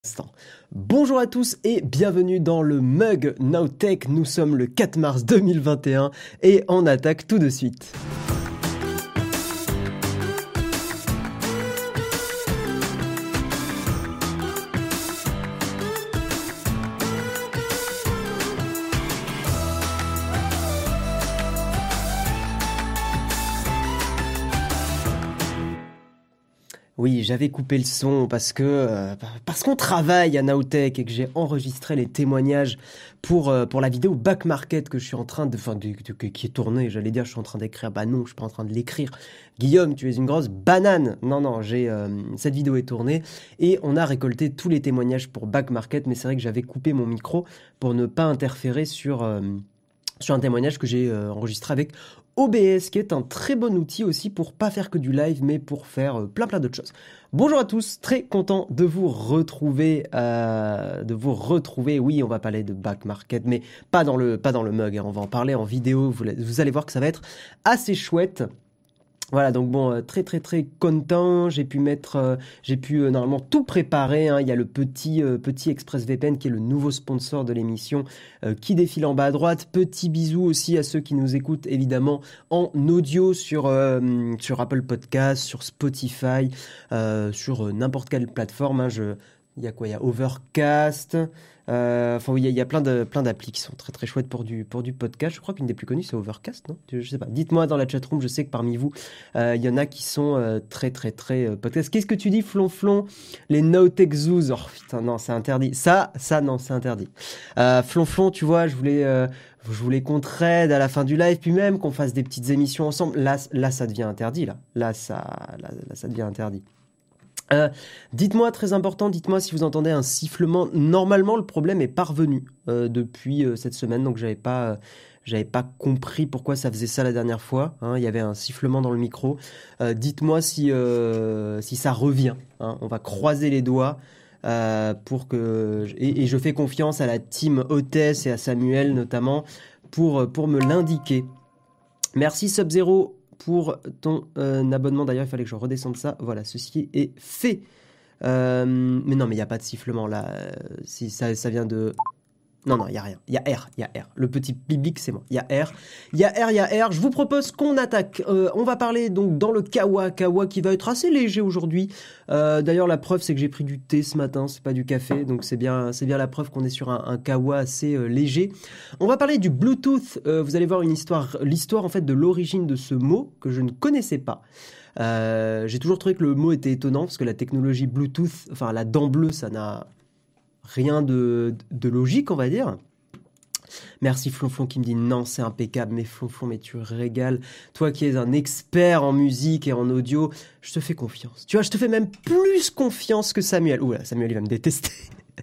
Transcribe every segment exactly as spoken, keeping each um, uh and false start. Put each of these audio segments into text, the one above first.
Instant. Bonjour à tous et bienvenue dans le Mug Nowtech. Nous sommes le quatre mars deux mille vingt et un et on attaque tout de suite. Oui, j'avais coupé le son parce que euh, parce qu'on travaille à Nowtech et que j'ai enregistré les témoignages pour euh, pour la vidéo Back Market que je suis en train de enfin de, de, de, qui est tournée. J'allais dire je suis en train d'écrire. Bah non, je suis pas en train de l'écrire. Guillaume, tu es une grosse banane. Non non, j'ai euh, cette vidéo est tournée et on a récolté tous les témoignages pour Back Market, mais c'est vrai que j'avais coupé mon micro pour ne pas interférer sur euh, sur un témoignage que j'ai euh, enregistré avec O B S, qui est un très bon outil aussi pour pas faire que du live, mais pour faire euh, plein plein d'autres choses. Bonjour à tous, très content de vous retrouver, euh, de vous retrouver. Oui, on va parler de Back Market, mais pas dans le pas dans le mug. Hein. On va en parler en vidéo. Vous, vous allez voir que ça va être assez chouette. Voilà, donc bon, euh, très très très content. J'ai pu mettre, euh, j'ai pu euh, normalement tout préparer. Hein. Il y a le petit euh, petit ExpressVPN qui est le nouveau sponsor de l'émission euh, qui défile en bas à droite. Petit bisou aussi à ceux qui nous écoutent évidemment en audio sur euh, sur Apple Podcast, sur Spotify, euh, sur euh, n'importe quelle plateforme. Hein. Je, il y a quoi? Il y a Overcast. Euh, enfin, oui, il y a, il y a plein de plein d'applis qui sont très très chouettes pour du pour du podcast. Je crois qu'une des plus connues c'est Overcast, non? Je sais pas. Dites-moi dans la chatroom. Je sais que parmi vous, euh, il y en a qui sont euh, très très très euh, podcast. Qu'est-ce que tu dis, Flonflon? Les Nowtech Zoos. Oh putain, non, c'est interdit. Ça, ça non, c'est interdit. Euh, Flonflon, tu vois, je voulais euh, je voulais qu'on trade à la fin du live, puis même qu'on fasse des petites émissions ensemble. Là, là, ça devient interdit. Là, là, ça, là, là ça devient interdit. Euh, dites-moi, très important, dites-moi si vous entendez un sifflement. Normalement, le problème est parvenu euh, depuis euh, cette semaine, donc j'avais pas, euh, j'avais pas compris pourquoi ça faisait ça la dernière fois. Hein, il y avait un sifflement dans le micro. Euh, dites-moi si euh, si ça revient. Hein, on va croiser les doigts euh, pour que et, et je fais confiance à la team hôtesse et à Samuel notamment pour pour me l'indiquer. Merci Sub-Zero pour ton euh, abonnement. D'ailleurs, il fallait que je redescende ça. Voilà, ceci est fait. Euh, mais non, mais il n'y a pas de sifflement là. Euh, si ça, ça vient de... Non, non, il n'y a rien. Il y a R, il y a R. Le petit bibic, c'est moi. Il y a R. Il y a R, il y a R. Je vous propose qu'on attaque. Euh, on va parler donc dans le Kawa. Kawa qui va être assez léger aujourd'hui. Euh, d'ailleurs, la preuve, c'est que j'ai pris du thé ce matin. C'est pas du café. Donc, c'est bien, c'est bien la preuve qu'on est sur un, un Kawa assez euh, léger. On va parler du Bluetooth. Euh, vous allez voir une histoire, l'histoire en fait de l'origine de ce mot que je ne connaissais pas. Euh, j'ai toujours trouvé que le mot était étonnant parce que la technologie Bluetooth, enfin la dent bleue, ça n'a rien de, de logique, on va dire. Merci Flonflon qui me dit non, c'est impeccable. Mais Flonflon, mais tu régales. Toi qui es un expert en musique et en audio, je te fais confiance. Tu vois, je te fais même plus confiance que Samuel. Ouh là, Samuel, il va me détester.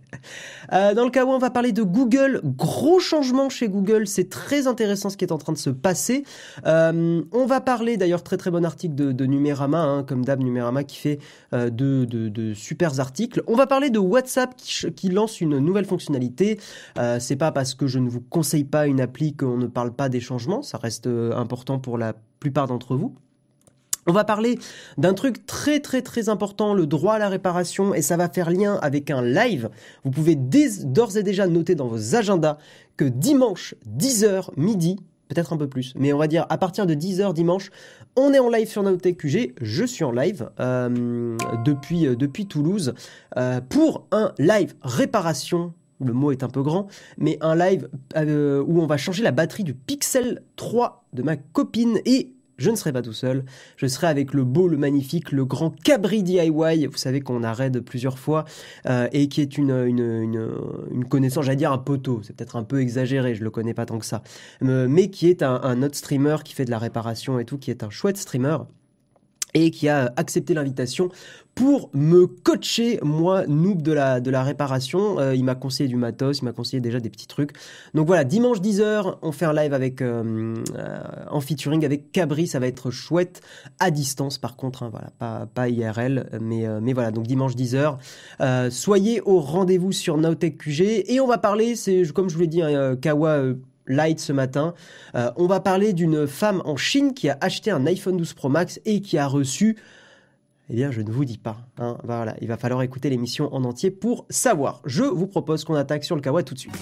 Euh, dans le cas où on va parler de Google, gros changement chez Google, c'est très intéressant ce qui est en train de se passer. Euh, on va parler d'ailleurs très très bon article de, de Numérama, hein, comme d'hab Numérama qui fait euh, de, de, de super articles. On va parler de WhatsApp qui, qui lance une nouvelle fonctionnalité. Euh, c'est pas parce que je ne vous conseille pas une appli qu'on ne parle pas des changements, ça reste euh, important pour la plupart d'entre vous. On va parler d'un truc très très très important, le droit à la réparation, et ça va faire lien avec un live. Vous pouvez dès, d'ores et déjà noter dans vos agendas que dimanche, dix heures, midi, peut-être un peu plus, mais on va dire à partir de dix heures dimanche, on est en live sur Nowtech Q G, je suis en live euh, depuis, euh, depuis Toulouse, euh, pour un live réparation. Le mot est un peu grand, mais un live euh, où on va changer la batterie du Pixel trois de ma copine et je ne serai pas tout seul, je serai avec le beau, le magnifique, le grand Cabri D I Y, vous savez qu'on a raid plusieurs fois, euh, et qui est une, une, une, une connaissance, j'allais dire un poteau, c'est peut-être un peu exagéré, je le connais pas tant que ça, euh, mais qui est un, un autre streamer qui fait de la réparation et tout, qui est un chouette streamer, et qui a accepté l'invitation pour me coacher, moi, noob de la, de la réparation. Euh, il m'a conseillé du matos, il m'a conseillé déjà des petits trucs. Donc voilà, dimanche dix heures, on fait un live avec, euh, euh, en featuring avec Cabri, ça va être chouette, à distance par contre, hein, voilà, pas, pas I R L, mais, euh, mais voilà, donc dimanche dix heures. Euh, soyez au rendez-vous sur Nowtech Q G, et on va parler, c'est comme je vous l'ai dit, hein, Kawa... Euh, Light ce matin. Euh, on va parler d'une femme en Chine qui a acheté un iPhone douze Pro Max et qui a reçu Eh bien, je ne vous dis pas. Hein. Voilà, il va falloir écouter l'émission en entier pour savoir. Je vous propose qu'on attaque sur le kawaii tout de suite.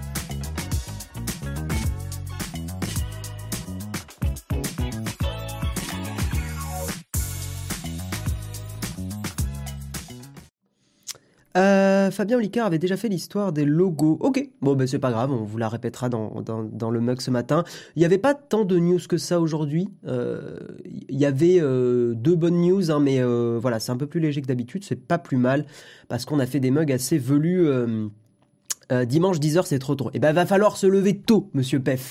Euh, Fabien Olicard avait déjà fait l'histoire des logos. Ok, bon ben c'est pas grave, on vous la répétera dans, dans, dans le mug ce matin. Il n'y avait pas tant de news que ça aujourd'hui. Euh, Il y avait euh, deux bonnes news, hein, mais euh, voilà, c'est un peu plus léger que d'habitude, c'est pas plus mal, parce qu'on a fait des mugs assez velus. Euh, euh, dimanche dix heures, c'est trop tôt. Et ben va falloir se lever tôt, monsieur Pef.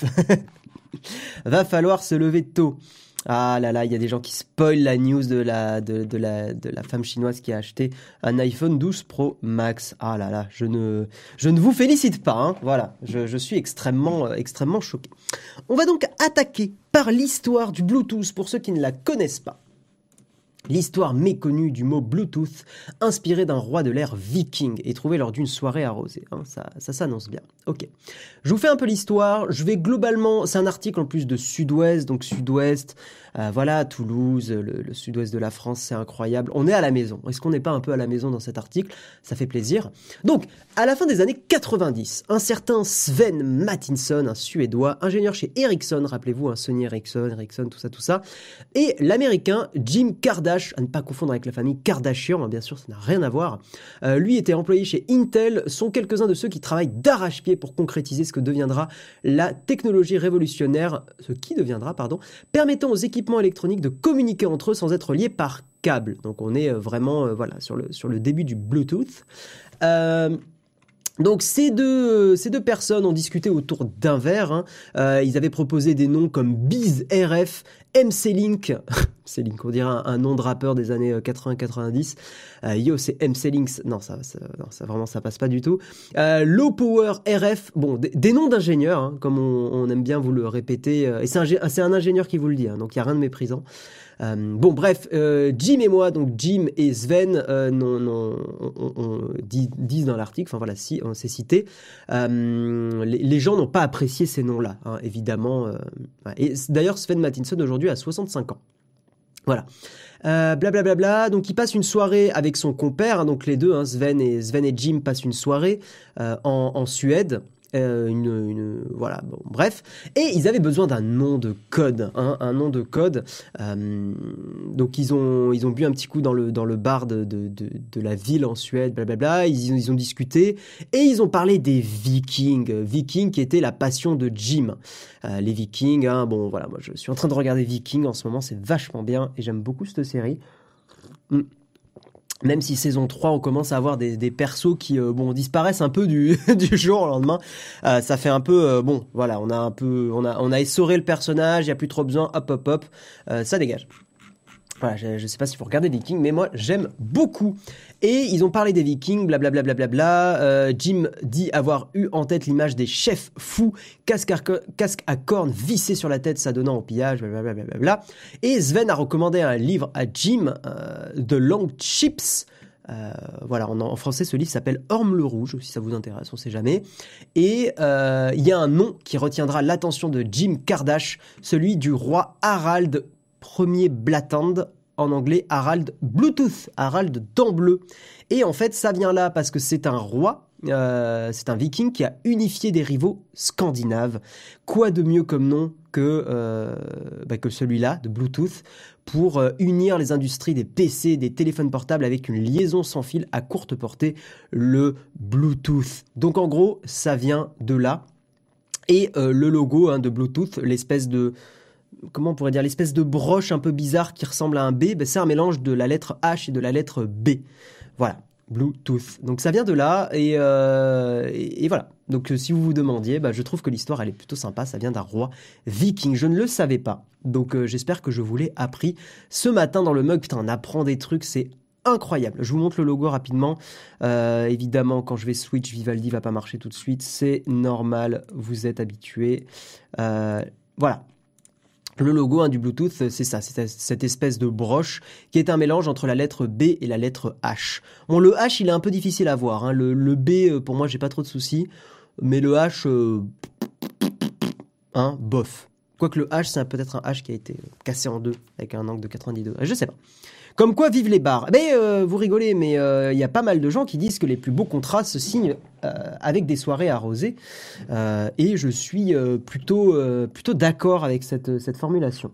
Va falloir se lever tôt. Ah là là, il y a des gens qui spoilent la news de la, de, de, la, de la femme chinoise qui a acheté un iPhone douze Pro Max. Ah là là, je ne, je ne vous félicite pas. Hein. Voilà, je, je suis extrêmement, euh, extrêmement choqué. On va donc attaquer par l'histoire du Bluetooth pour ceux qui ne la connaissent pas. L'histoire méconnue du mot Bluetooth, inspiré d'un roi de l'ère viking et trouvé lors d'une soirée arrosée. Hein, ça, ça s'annonce bien. Ok. Je vous fais un peu l'histoire. Je vais globalement... C'est un article en plus de Sud-Ouest, donc Sud-Ouest, euh, voilà, Toulouse, le, le Sud-Ouest de la France, c'est incroyable. On est à la maison. Est-ce qu'on n'est pas un peu à la maison dans cet article? Ça fait plaisir. Donc, à la fin des années quatre-vingt-dix, un certain Sven Mattisson, un Suédois, ingénieur chez Ericsson, rappelez-vous, un Sony Ericsson, Ericsson, tout ça, tout ça, et l'Américain Jim Kardashian, à ne pas confondre avec la famille Kardashian, hein, bien sûr, ça n'a rien à voir. Euh, lui était employé chez Intel, sont quelques-uns de ceux qui travaillent d'arrache-pied pour concrétiser ce que deviendra la technologie révolutionnaire, ce qui deviendra, pardon, permettant aux équipements électroniques de communiquer entre eux sans être liés par câble. Donc on est vraiment euh, voilà, sur, le, sur le début du Bluetooth. Euh, Donc ces deux, ces deux personnes ont discuté autour d'un verre. Hein. Euh, ils avaient proposé des noms comme BizRF, M C Link, M C Link, on dirait un, un nom de rappeur des années quatre-vingts quatre-vingt-dix. Euh, yo, c'est M C Link, non ça, ça, non, ça vraiment ça passe pas du tout. Euh, Low Power R F, bon, des, des noms d'ingénieurs, hein, comme on, on aime bien vous le répéter. Euh, et c'est un, c'est un ingénieur qui vous le dit, hein, donc il y a rien de méprisant. Euh, bon bref, euh, Jim et moi, donc Jim et Sven, euh, non, non, on, on, on dit, disent dans l'article, enfin voilà, si, on s'est cité, euh, les, les gens n'ont pas apprécié ces noms-là, hein, évidemment. Euh, et d'ailleurs, Sven Mattisson aujourd'hui a soixante-cinq ans. Voilà. Euh, blablabla, bla bla, donc il passe une soirée avec son compère, hein, donc les deux, hein, Sven, et, Sven et Jim passent une soirée euh, en, en Suède. Euh, une, une, voilà, bon, bref. Et ils avaient besoin d'un nom de code, hein, un nom de code. Euh, donc ils ont, ils ont bu un petit coup dans le, dans le bar de, de, de, de la ville en Suède, blablabla. Ils, ils ont discuté et ils ont parlé des Vikings, Vikings qui était la passion de Jim. Euh, les Vikings, hein, bon voilà, moi je suis en train de regarder Vikings en ce moment, c'est vachement bien et j'aime beaucoup cette série. Mm. Même si saison trois, on commence à avoir des, des persos qui euh, bon disparaissent un peu du, du jour au lendemain. Euh, ça fait un peu euh, bon, voilà, on a un peu, on a, on a essoré le personnage, il y a plus trop besoin, hop, hop, hop, euh, ça dégage. Voilà, je, je sais pas s'il faut regarder Vikings, mais moi j'aime beaucoup. Et ils ont parlé des Vikings, blablabla, blablabla. Euh, Jim dit avoir eu en tête l'image des chefs fous, casque à, casque à cornes vissé sur la tête, s'adonnant au pillage, blablabla, blablabla. Et Sven a recommandé un livre à Jim, euh, The Long Chips. Euh, voilà, en, en français, ce livre s'appelle Orme le Rouge, si ça vous intéresse, on sait jamais. Et euh, il y a un nom qui retiendra l'attention de Jim Kardashian, celui du roi Harald Ier Blattand, en anglais Harald Bluetooth, Harald Dent Bleu. Et en fait, ça vient là parce que c'est un roi, euh, c'est un viking qui a unifié des rivaux scandinaves. Quoi de mieux comme nom que, euh, bah, que celui-là, de Bluetooth, pour euh, unir les industries des P C, des téléphones portables avec une liaison sans fil à courte portée, le Bluetooth. Donc en gros, ça vient de là. Et euh, le logo hein, de Bluetooth, l'espèce de... Comment on pourrait dire, l'espèce de broche un peu bizarre qui ressemble à un B, ben c'est un mélange de la lettre H et de la lettre B. Voilà, Bluetooth. Donc ça vient de là, et, euh, et, et voilà. Donc si vous vous demandiez, ben, je trouve que l'histoire elle est plutôt sympa, ça vient d'un roi viking. Je ne le savais pas, donc euh, j'espère que je vous l'ai appris ce matin dans le mug. Putain, on apprend des trucs, c'est incroyable. Je vous montre le logo rapidement. Euh, évidemment, quand je vais switch, Vivaldi va pas marcher tout de suite, c'est normal, vous êtes habitués. Euh, voilà. Le logo hein, du Bluetooth, c'est ça, c'est cette espèce de broche qui est un mélange entre la lettre B et la lettre H. Bon, le H, il est un peu difficile à voir. Hein. Le, le B, pour moi, j'ai pas trop de soucis. Mais le H, euh, hein, bof. Quoique le H, c'est peut-être un H qui a été cassé en deux avec un angle de quatre-vingt-dix degrés. Je sais pas. Comme quoi vivent les bars. Mais euh, vous rigolez, mais il euh, y a pas mal de gens qui disent que les plus beaux contrats se signent euh, avec des soirées arrosées. Euh, et je suis euh, plutôt, euh, plutôt d'accord avec cette, cette formulation.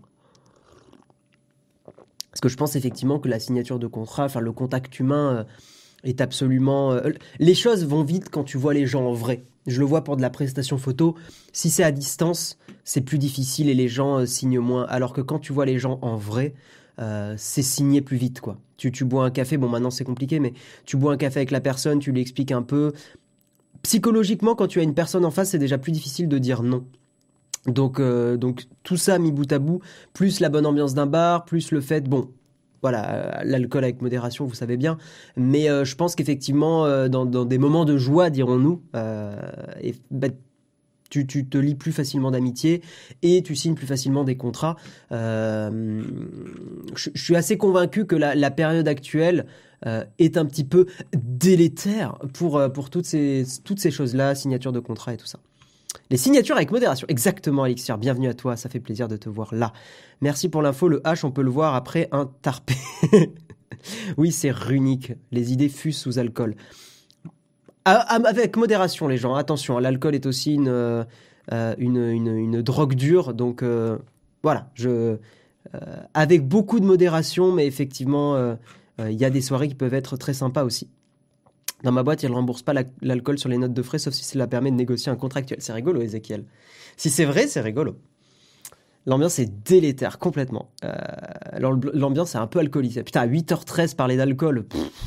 Parce que je pense effectivement que la signature de contrat, enfin le contact humain euh, est absolument... Euh, les choses vont vite quand tu vois les gens en vrai. Je le vois pour de la prestation photo. Si c'est à distance, c'est plus difficile et les gens euh, signent moins. Alors que quand tu vois les gens en vrai, euh, c'est signé plus vite, quoi. Tu, tu bois un café, bon maintenant c'est compliqué, mais tu bois un café avec la personne, tu lui expliques un peu. Psychologiquement, quand tu as une personne en face, c'est déjà plus difficile de dire non. Donc, euh, donc tout ça mis bout à bout, plus la bonne ambiance d'un bar, plus le fait, bon, voilà, euh, l'alcool avec modération, vous savez bien, mais euh, je pense qu'effectivement, euh, dans, dans des moments de joie, dirons-nous, euh, et, bah, tu, tu te lis plus facilement d'amitié et tu signes plus facilement des contrats. Euh, je, je suis assez convaincu que la, la période actuelle euh, est un petit peu délétère pour, pour toutes ces, toutes ces choses-là, signature de contrat et tout ça. Les signatures avec modération. Exactement, Elixir. Bienvenue à toi. Ça fait plaisir de te voir là. Merci pour l'info. Le H, on peut le voir après un tarpé. Oui, c'est runique. Les idées fusent sous alcool. Ah, avec modération, les gens. Attention, l'alcool est aussi une, euh, une, une, une drogue dure. Donc, euh, voilà. Je, euh, avec beaucoup de modération, mais effectivement, il euh, euh, y a des soirées qui peuvent être très sympas aussi. Dans ma boîte, ils ne remboursent pas la, l'alcool sur les notes de frais, sauf si cela permet de négocier un contractuel. C'est rigolo, Ezekiel. Si c'est vrai, c'est rigolo. L'ambiance est délétère, complètement. Euh, l'ambiance est un peu alcoolisée. Putain, à huit heures treize, parler d'alcool,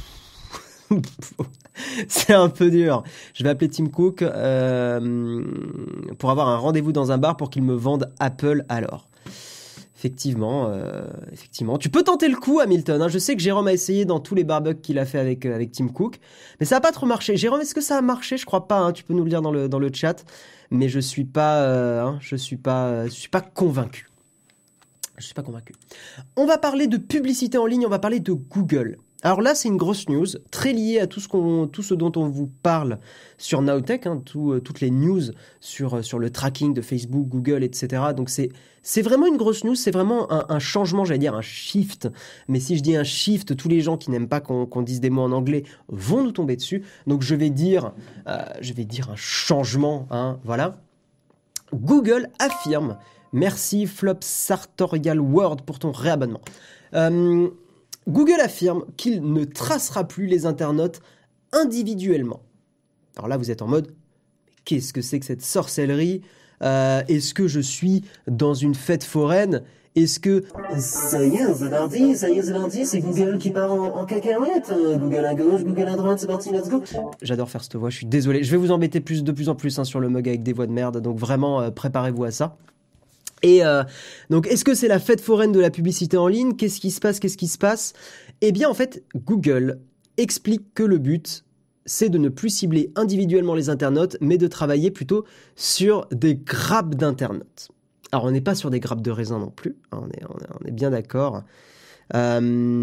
c'est un peu dur. Je vais appeler Tim Cook euh, pour avoir un rendez-vous dans un bar pour qu'il me vende Apple alors. Effectivement, euh, effectivement. Tu peux tenter le coup, Hamilton. Hein. Je sais que Jérôme a essayé dans tous les barbecues qu'il a fait avec, euh, avec Tim Cook, mais ça n'a pas trop marché. Jérôme, est-ce que ça a marché? Je crois pas. Hein. Tu peux nous le dire dans le, dans le chat. Mais je suis pas, euh, hein, je suis pas, je suis pas convaincu. Je suis pas convaincu. On va parler de publicité en ligne. On va parler de Google. Alors là, c'est une grosse news, très liée à tout ce, qu'on, tout ce dont on vous parle sur Nowtech, hein, tout, euh, toutes les news sur, sur le tracking de Facebook, Google, et cetera. Donc c'est, c'est vraiment une grosse news, c'est vraiment un, un changement, j'allais dire un shift. Mais si je dis un shift, tous les gens qui n'aiment pas qu'on, qu'on dise des mots en anglais vont nous tomber dessus. Donc je vais dire, euh, je vais dire un changement, hein, voilà. Google affirme, merci Flop Sartorial World pour ton réabonnement. Euh, Google affirme qu'il ne tracera plus les internautes individuellement. Alors là, vous êtes en mode, qu'est-ce que c'est que cette sorcellerie? euh, Est-ce que je suis dans une fête foraine? Est-ce que... Ça y est, c'est parti, ça y est, c'est parti, c'est Google qui part en, en cacahuète. Google à gauche, Google à droite, c'est parti, let's go. J'adore faire cette voix, je suis désolé. Je vais vous embêter plus, de plus en plus hein, sur le mug avec des voix de merde, donc vraiment, euh, préparez-vous à ça. Et euh, donc, est-ce que c'est la fête foraine de la publicité en ligne? Qu'est-ce qui se passe? Qu'est-ce qui se passe? Eh bien, en fait, Google explique que le but, c'est de ne plus cibler individuellement les internautes, mais de travailler plutôt sur des grappes d'internautes. Alors, on n'est pas sur des grappes de raisin non plus, hein, on, est, on, est, on est bien d'accord. Euh,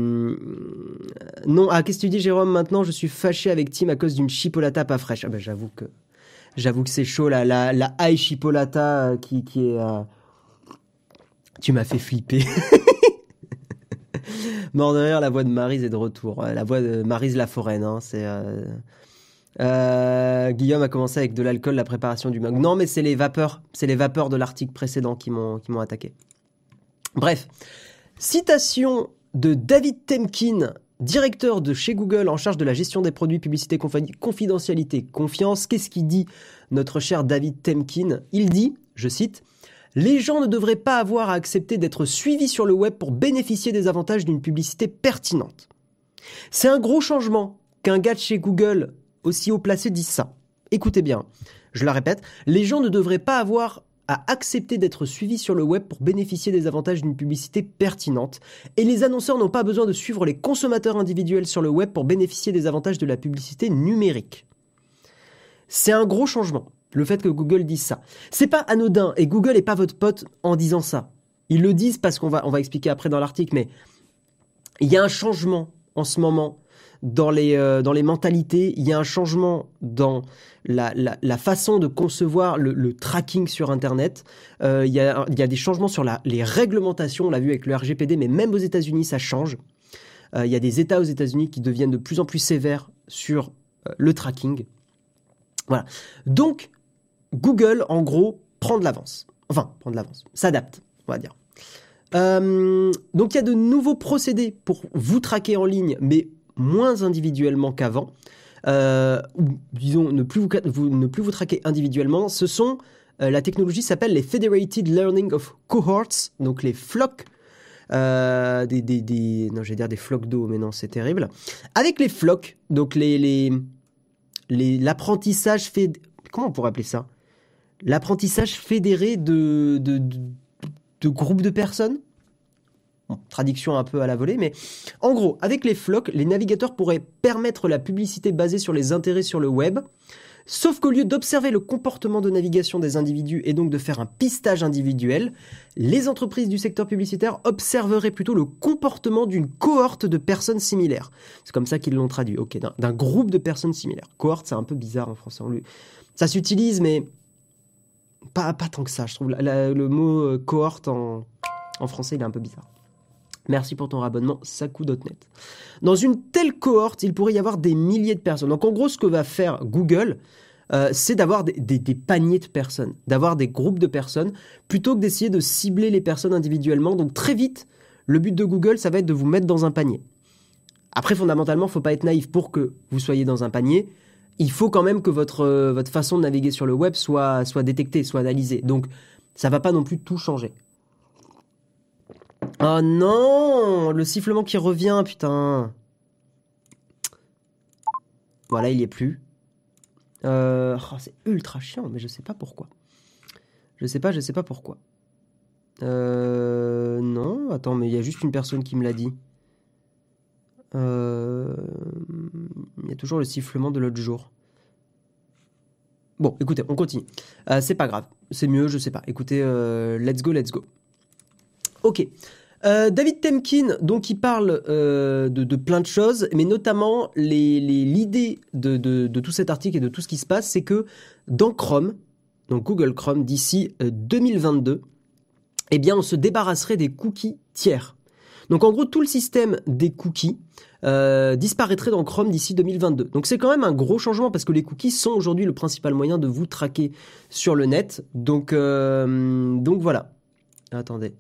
non, ah, qu'est-ce que tu dis, Jérôme? Maintenant, je suis fâché avec Tim à cause d'une chipolata pas fraîche. Ah ben, j'avoue que, j'avoue que c'est chaud, la, la, la high chipolata qui, qui est... Euh, Tu m'as fait flipper. Mort de rire, la voix de Maryse est de retour. La voix de Maryse la foraine. Hein, c'est, euh... Euh, Guillaume a commencé avec de l'alcool, la préparation du mug. Non, mais c'est les vapeurs. C'est les vapeurs de l'article précédent qui m'ont, qui m'ont attaqué. Bref. Citation de David Temkin, directeur de chez Google en charge de la gestion des produits, publicité, confidentialité, confiance. Qu'est-ce qu'il dit, notre cher David Temkin? Il dit, je cite... Les gens ne devraient pas avoir à accepter d'être suivis sur le web pour bénéficier des avantages d'une publicité pertinente. C'est un gros changement qu'un gars de chez Google aussi haut placé dise ça. Écoutez bien, je la répète, les gens ne devraient pas avoir à accepter d'être suivis sur le web pour bénéficier des avantages d'une publicité pertinente, et les annonceurs n'ont pas besoin de suivre les consommateurs individuels sur le web pour bénéficier des avantages de la publicité numérique. C'est un gros changement. Le fait que Google dise ça. C'est pas anodin, et Google est pas votre pote en disant ça. Ils le disent parce qu'on va, on va expliquer après dans l'article, mais il y a un changement en ce moment dans les, euh, dans les mentalités, il y a un changement dans la, la, la façon de concevoir le, le tracking sur Internet. Euh, il y a, il y a des changements sur la, les réglementations, on l'a vu avec le R G P D, mais même aux États-Unis, ça change. Euh, il y a des États aux États-Unis qui deviennent de plus en plus sévères sur euh, le tracking. Voilà. Donc, Google, en gros, prend de l'avance. Enfin, prend de l'avance. S'adapte, on va dire. Euh, donc, il y a de nouveaux procédés pour vous traquer en ligne, mais moins individuellement qu'avant. Euh, ou, disons, ne plus vous, vous, ne plus vous traquer individuellement. Ce sont, euh, la technologie s'appelle les Federated Learning of Cohorts, donc les F L O C. Euh, des, des, des, non, j'allais dire des flocs d'eau, mais non, c'est terrible. Avec les F L O C, donc les, les, les, l'apprentissage fait, comment on pourrait appeler ça ? L'apprentissage fédéré de, de, de, de groupes de personnes. Bon, traduction un peu à la volée, mais en gros, avec les F L O C, les navigateurs pourraient permettre la publicité basée sur les intérêts sur le web, sauf qu'au lieu d'observer le comportement de navigation des individus et donc de faire un pistage individuel, les entreprises du secteur publicitaire observeraient plutôt le comportement d'une cohorte de personnes similaires. C'est comme ça qu'ils l'ont traduit, ok, d'un, d'un groupe de personnes similaires. Cohorte, c'est un peu bizarre en français. Ça s'utilise, mais pas, pas tant que ça, je trouve. La, la, le mot euh, cohorte en, en français, il est un peu bizarre. Merci pour ton rabonnement, saku point net. Dans une telle cohorte, il pourrait y avoir des milliers de personnes. Donc en gros, ce que va faire Google, euh, c'est d'avoir des, des, des paniers de personnes, d'avoir des groupes de personnes, plutôt que d'essayer de cibler les personnes individuellement. Donc très vite, le but de Google, ça va être de vous mettre dans un panier. Après, fondamentalement, il ne faut pas être naïf. Pour que vous soyez dans un panier, il faut quand même que votre, euh, votre façon de naviguer sur le web soit, soit détectée, soit analysée. Donc ça ne va pas non plus tout changer. Oh non, le sifflement qui revient, putain. Voilà, il y est plus. Euh, oh, c'est ultra chiant, mais je sais pas pourquoi. Je sais pas, je sais pas pourquoi. Euh, non, attends, mais il y a juste une personne qui me l'a dit. Euh, il y a toujours le sifflement de l'autre jour. Bon, écoutez, on continue. Euh, c'est pas grave, c'est mieux, je sais pas. Écoutez, euh, let's go, let's go. Ok. Euh, David Temkin, donc, il parle euh, de, de plein de choses, mais notamment les, les, l'idée de, de, de tout cet article et de tout ce qui se passe, c'est que dans Chrome, donc Google Chrome, d'ici euh, deux mille vingt-deux, eh bien, on se débarrasserait des cookies tiers. Donc, en gros, tout le système des cookies euh, disparaîtrait dans Chrome d'ici deux mille vingt-deux. Donc, c'est quand même un gros changement parce que les cookies sont aujourd'hui le principal moyen de vous traquer sur le net. Donc, euh, donc voilà. Attendez.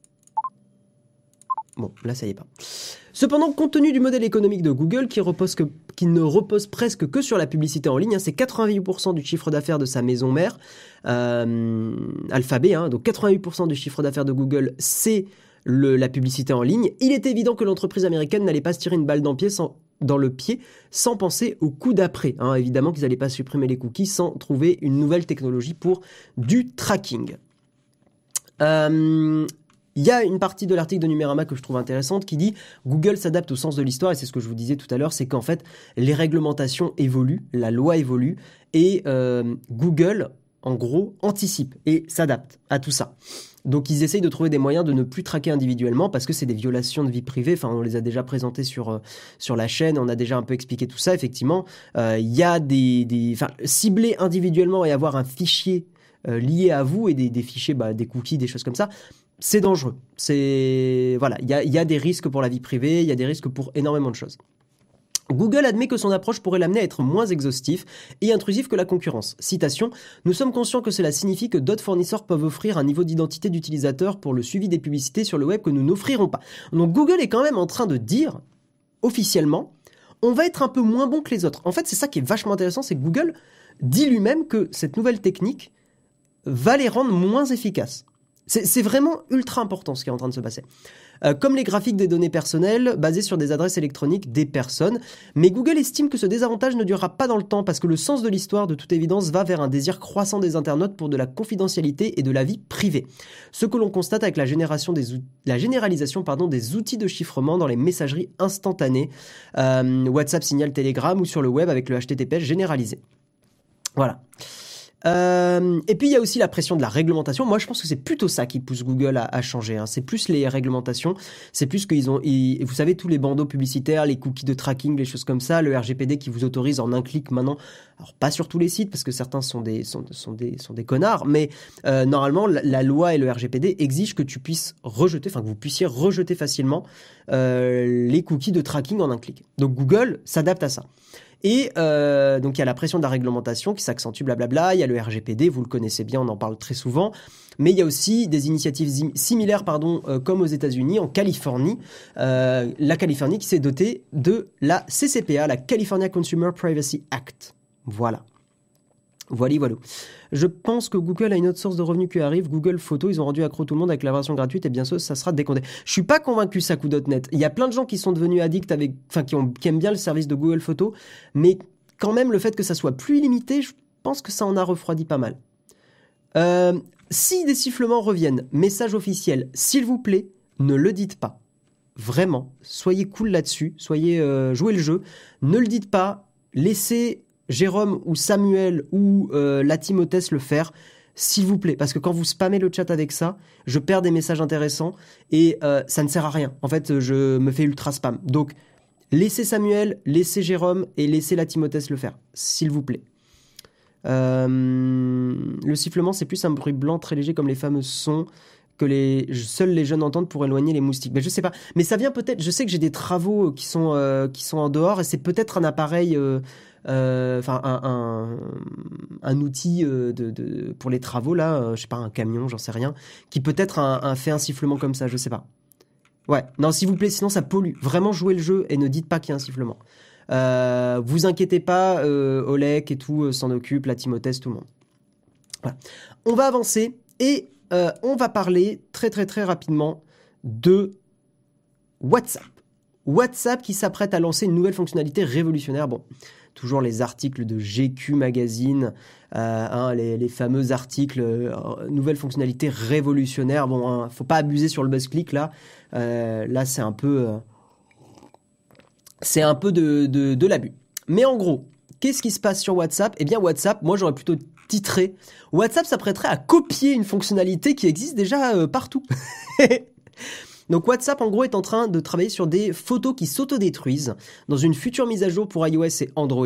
Bon, là, ça y est pas. Cependant, compte tenu du modèle économique de Google, qui, repose que, qui ne repose presque que sur la publicité en ligne, hein, c'est quatre-vingt-huit pour cent du chiffre d'affaires de sa maison mère, euh, Alphabet, hein, donc quatre-vingt-huit pour cent du chiffre d'affaires de Google, c'est le, la publicité en ligne. Il est évident que l'entreprise américaine n'allait pas se tirer une balle dans le pied sans, dans le pied, sans penser au coup d'après. Hein. Évidemment qu'ils n'allaient pas supprimer les cookies sans trouver une nouvelle technologie pour du tracking. Euh... Il y a une partie de l'article de Numérama que je trouve intéressante qui dit « Google s'adapte au sens de l'histoire » et c'est ce que je vous disais tout à l'heure, c'est qu'en fait, les réglementations évoluent, la loi évolue et euh, Google, en gros, anticipe et s'adapte à tout ça. Donc, ils essayent de trouver des moyens de ne plus traquer individuellement parce que c'est des violations de vie privée. Enfin, on les a déjà présentées sur, euh, sur la chaîne, on a déjà un peu expliqué tout ça. Effectivement, euh, il y a des, des... Enfin, cibler individuellement et avoir un fichier euh, lié à vous et des, des fichiers, bah, des cookies, des choses comme ça, c'est dangereux. C'est voilà, il y a, y a des risques pour la vie privée, il y a des risques pour énormément de choses. Google admet que son approche pourrait l'amener à être moins exhaustif et intrusif que la concurrence. Citation, « Nous sommes conscients que cela signifie que d'autres fournisseurs peuvent offrir un niveau d'identité d'utilisateur pour le suivi des publicités sur le web que nous n'offrirons pas. » Donc Google est quand même en train de dire, officiellement, on va être un peu moins bon que les autres. En fait, c'est ça qui est vachement intéressant, c'est que Google dit lui-même que cette nouvelle technique va les rendre moins efficaces. C'est, c'est vraiment ultra important ce qui est en train de se passer. Euh, comme les graphiques des données personnelles basées sur des adresses électroniques des personnes. Mais Google estime que ce désavantage ne durera pas dans le temps parce que le sens de l'histoire, de toute évidence, va vers un désir croissant des internautes pour de la confidentialité et de la vie privée. Ce que l'on constate avec la, génération des ou- la généralisation pardon, des outils de chiffrement dans les messageries instantanées, euh, WhatsApp, Signal, Telegram ou sur le web avec le H T T P S généralisé. Voilà. Euh, et puis il y a aussi la pression de la réglementation. Moi je pense que c'est plutôt ça qui pousse Google à, à changer, hein. C'est plus les réglementations, c'est plus qu'ils ont, ils, vous savez, tous les bandeaux publicitaires, les cookies de tracking, les choses comme ça, le R G P D qui vous autorise en un clic maintenant, alors pas sur tous les sites parce que certains sont des, sont, sont des, sont des connards, mais euh, normalement la, la loi et le R G P D exigent que tu puisses rejeter, enfin que vous puissiez rejeter facilement euh, les cookies de tracking en un clic. Donc Google s'adapte à ça. Et euh, donc, il y a la pression de la réglementation qui s'accentue, blablabla. Il y a le R G P D, vous le connaissez bien, on en parle très souvent. Mais il y a aussi des initiatives similaires, pardon, euh, comme aux États-Unis, en Californie. Euh, la Californie qui s'est dotée de la C C P A, la California Consumer Privacy Act. Voilà. Voilà, voilà. Je pense que Google a une autre source de revenus qui arrive. Google Photos, ils ont rendu accro tout le monde avec la version gratuite et bien sûr, ça sera décompté. Je suis pas convaincu, Saku point net. Il y a plein de gens qui sont devenus addicts avec, enfin, qui, ont, qui aiment bien le service de Google Photos, mais quand même, le fait que ça soit plus illimité, je pense que ça en a refroidi pas mal. Euh, si des sifflements reviennent, message officiel, s'il vous plaît, ne le dites pas. Vraiment, soyez cool là-dessus, soyez euh, jouez le jeu, ne le dites pas, laissez Jérôme ou Samuel ou euh, la Timothée le faire, s'il vous plaît, parce que quand vous spammez le chat avec ça, je perds des messages intéressants et euh, ça ne sert à rien. En fait, je me fais ultra spam. Donc, laissez Samuel, laissez Jérôme et laissez la Timothée le faire, s'il vous plaît. Euh, le sifflement, c'est plus un bruit blanc très léger comme les fameux sons que les, seuls les jeunes entendent pour éloigner les moustiques. Mais je sais pas. Mais ça vient peut-être. Je sais que j'ai des travaux qui sont euh, qui sont en dehors et c'est peut-être un appareil. Euh, enfin euh, un, un, un outil euh, de, de, pour les travaux là, euh, je sais pas, un camion, j'en sais rien, qui peut-être un, un, fait un sifflement comme ça, je sais pas. Ouais, non s'il vous plaît, sinon ça pollue. Vraiment jouez le jeu et ne dites pas qu'il y a un sifflement. Euh, vous inquiétez pas, euh, Olek et tout euh, s'en occupe, la Timothée, tout le monde. Voilà. On va avancer et euh, on va parler très très très rapidement de WhatsApp. WhatsApp qui s'apprête à lancer une nouvelle fonctionnalité révolutionnaire. Bon, toujours les articles de G Q Magazine, euh, hein, les, les fameux articles, euh, nouvelle fonctionnalité révolutionnaire. Bon, hein, faut pas abuser sur le buzz-click là. Euh, là, c'est un peu, euh, c'est un peu de, de, de l'abus. Mais en gros, qu'est-ce qui se passe sur WhatsApp ? Eh bien, WhatsApp, moi, j'aurais plutôt titré WhatsApp s'apprêterait à copier une fonctionnalité qui existe déjà euh, partout. Donc WhatsApp, en gros, est en train de travailler sur des photos qui s'autodétruisent dans une future mise à jour pour iOS et Android.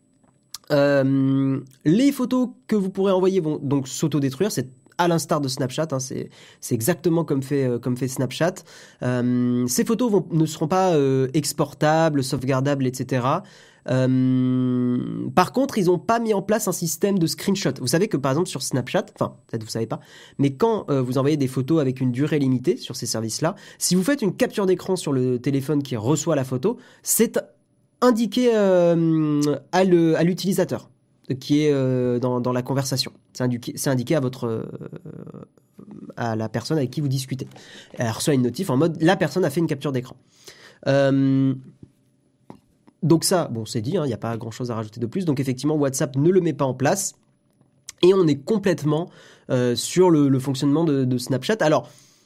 Euh, les photos que vous pourrez envoyer vont donc s'autodétruire. C'est à l'instar de Snapchat, hein, c'est, c'est exactement comme fait, euh, comme fait Snapchat. Euh, ces photos vont, ne seront pas euh, exportables, sauvegardables, et cetera. Euh, par contre, ils n'ont pas mis en place un système de screenshot. Vous savez que par exemple sur Snapchat, enfin peut-être vous savez pas, mais quand euh, vous envoyez des photos avec une durée limitée sur ces services-là, si vous faites une capture d'écran sur le téléphone qui reçoit la photo, c'est indiqué euh, à, le, à l'utilisateur qui est euh, dans, dans la conversation. C'est indiqué, c'est indiqué à votre euh, à la personne avec qui vous discutez. Elle reçoit une notif en mode la personne a fait une capture d'écran. Euh, Donc ça, bon, c'est dit, il hein, n'y a pas grand-chose à rajouter de plus. Donc effectivement, WhatsApp ne le met pas en place. Et on est complètement euh, sur le, le fonctionnement de, de Snapchat. Alors,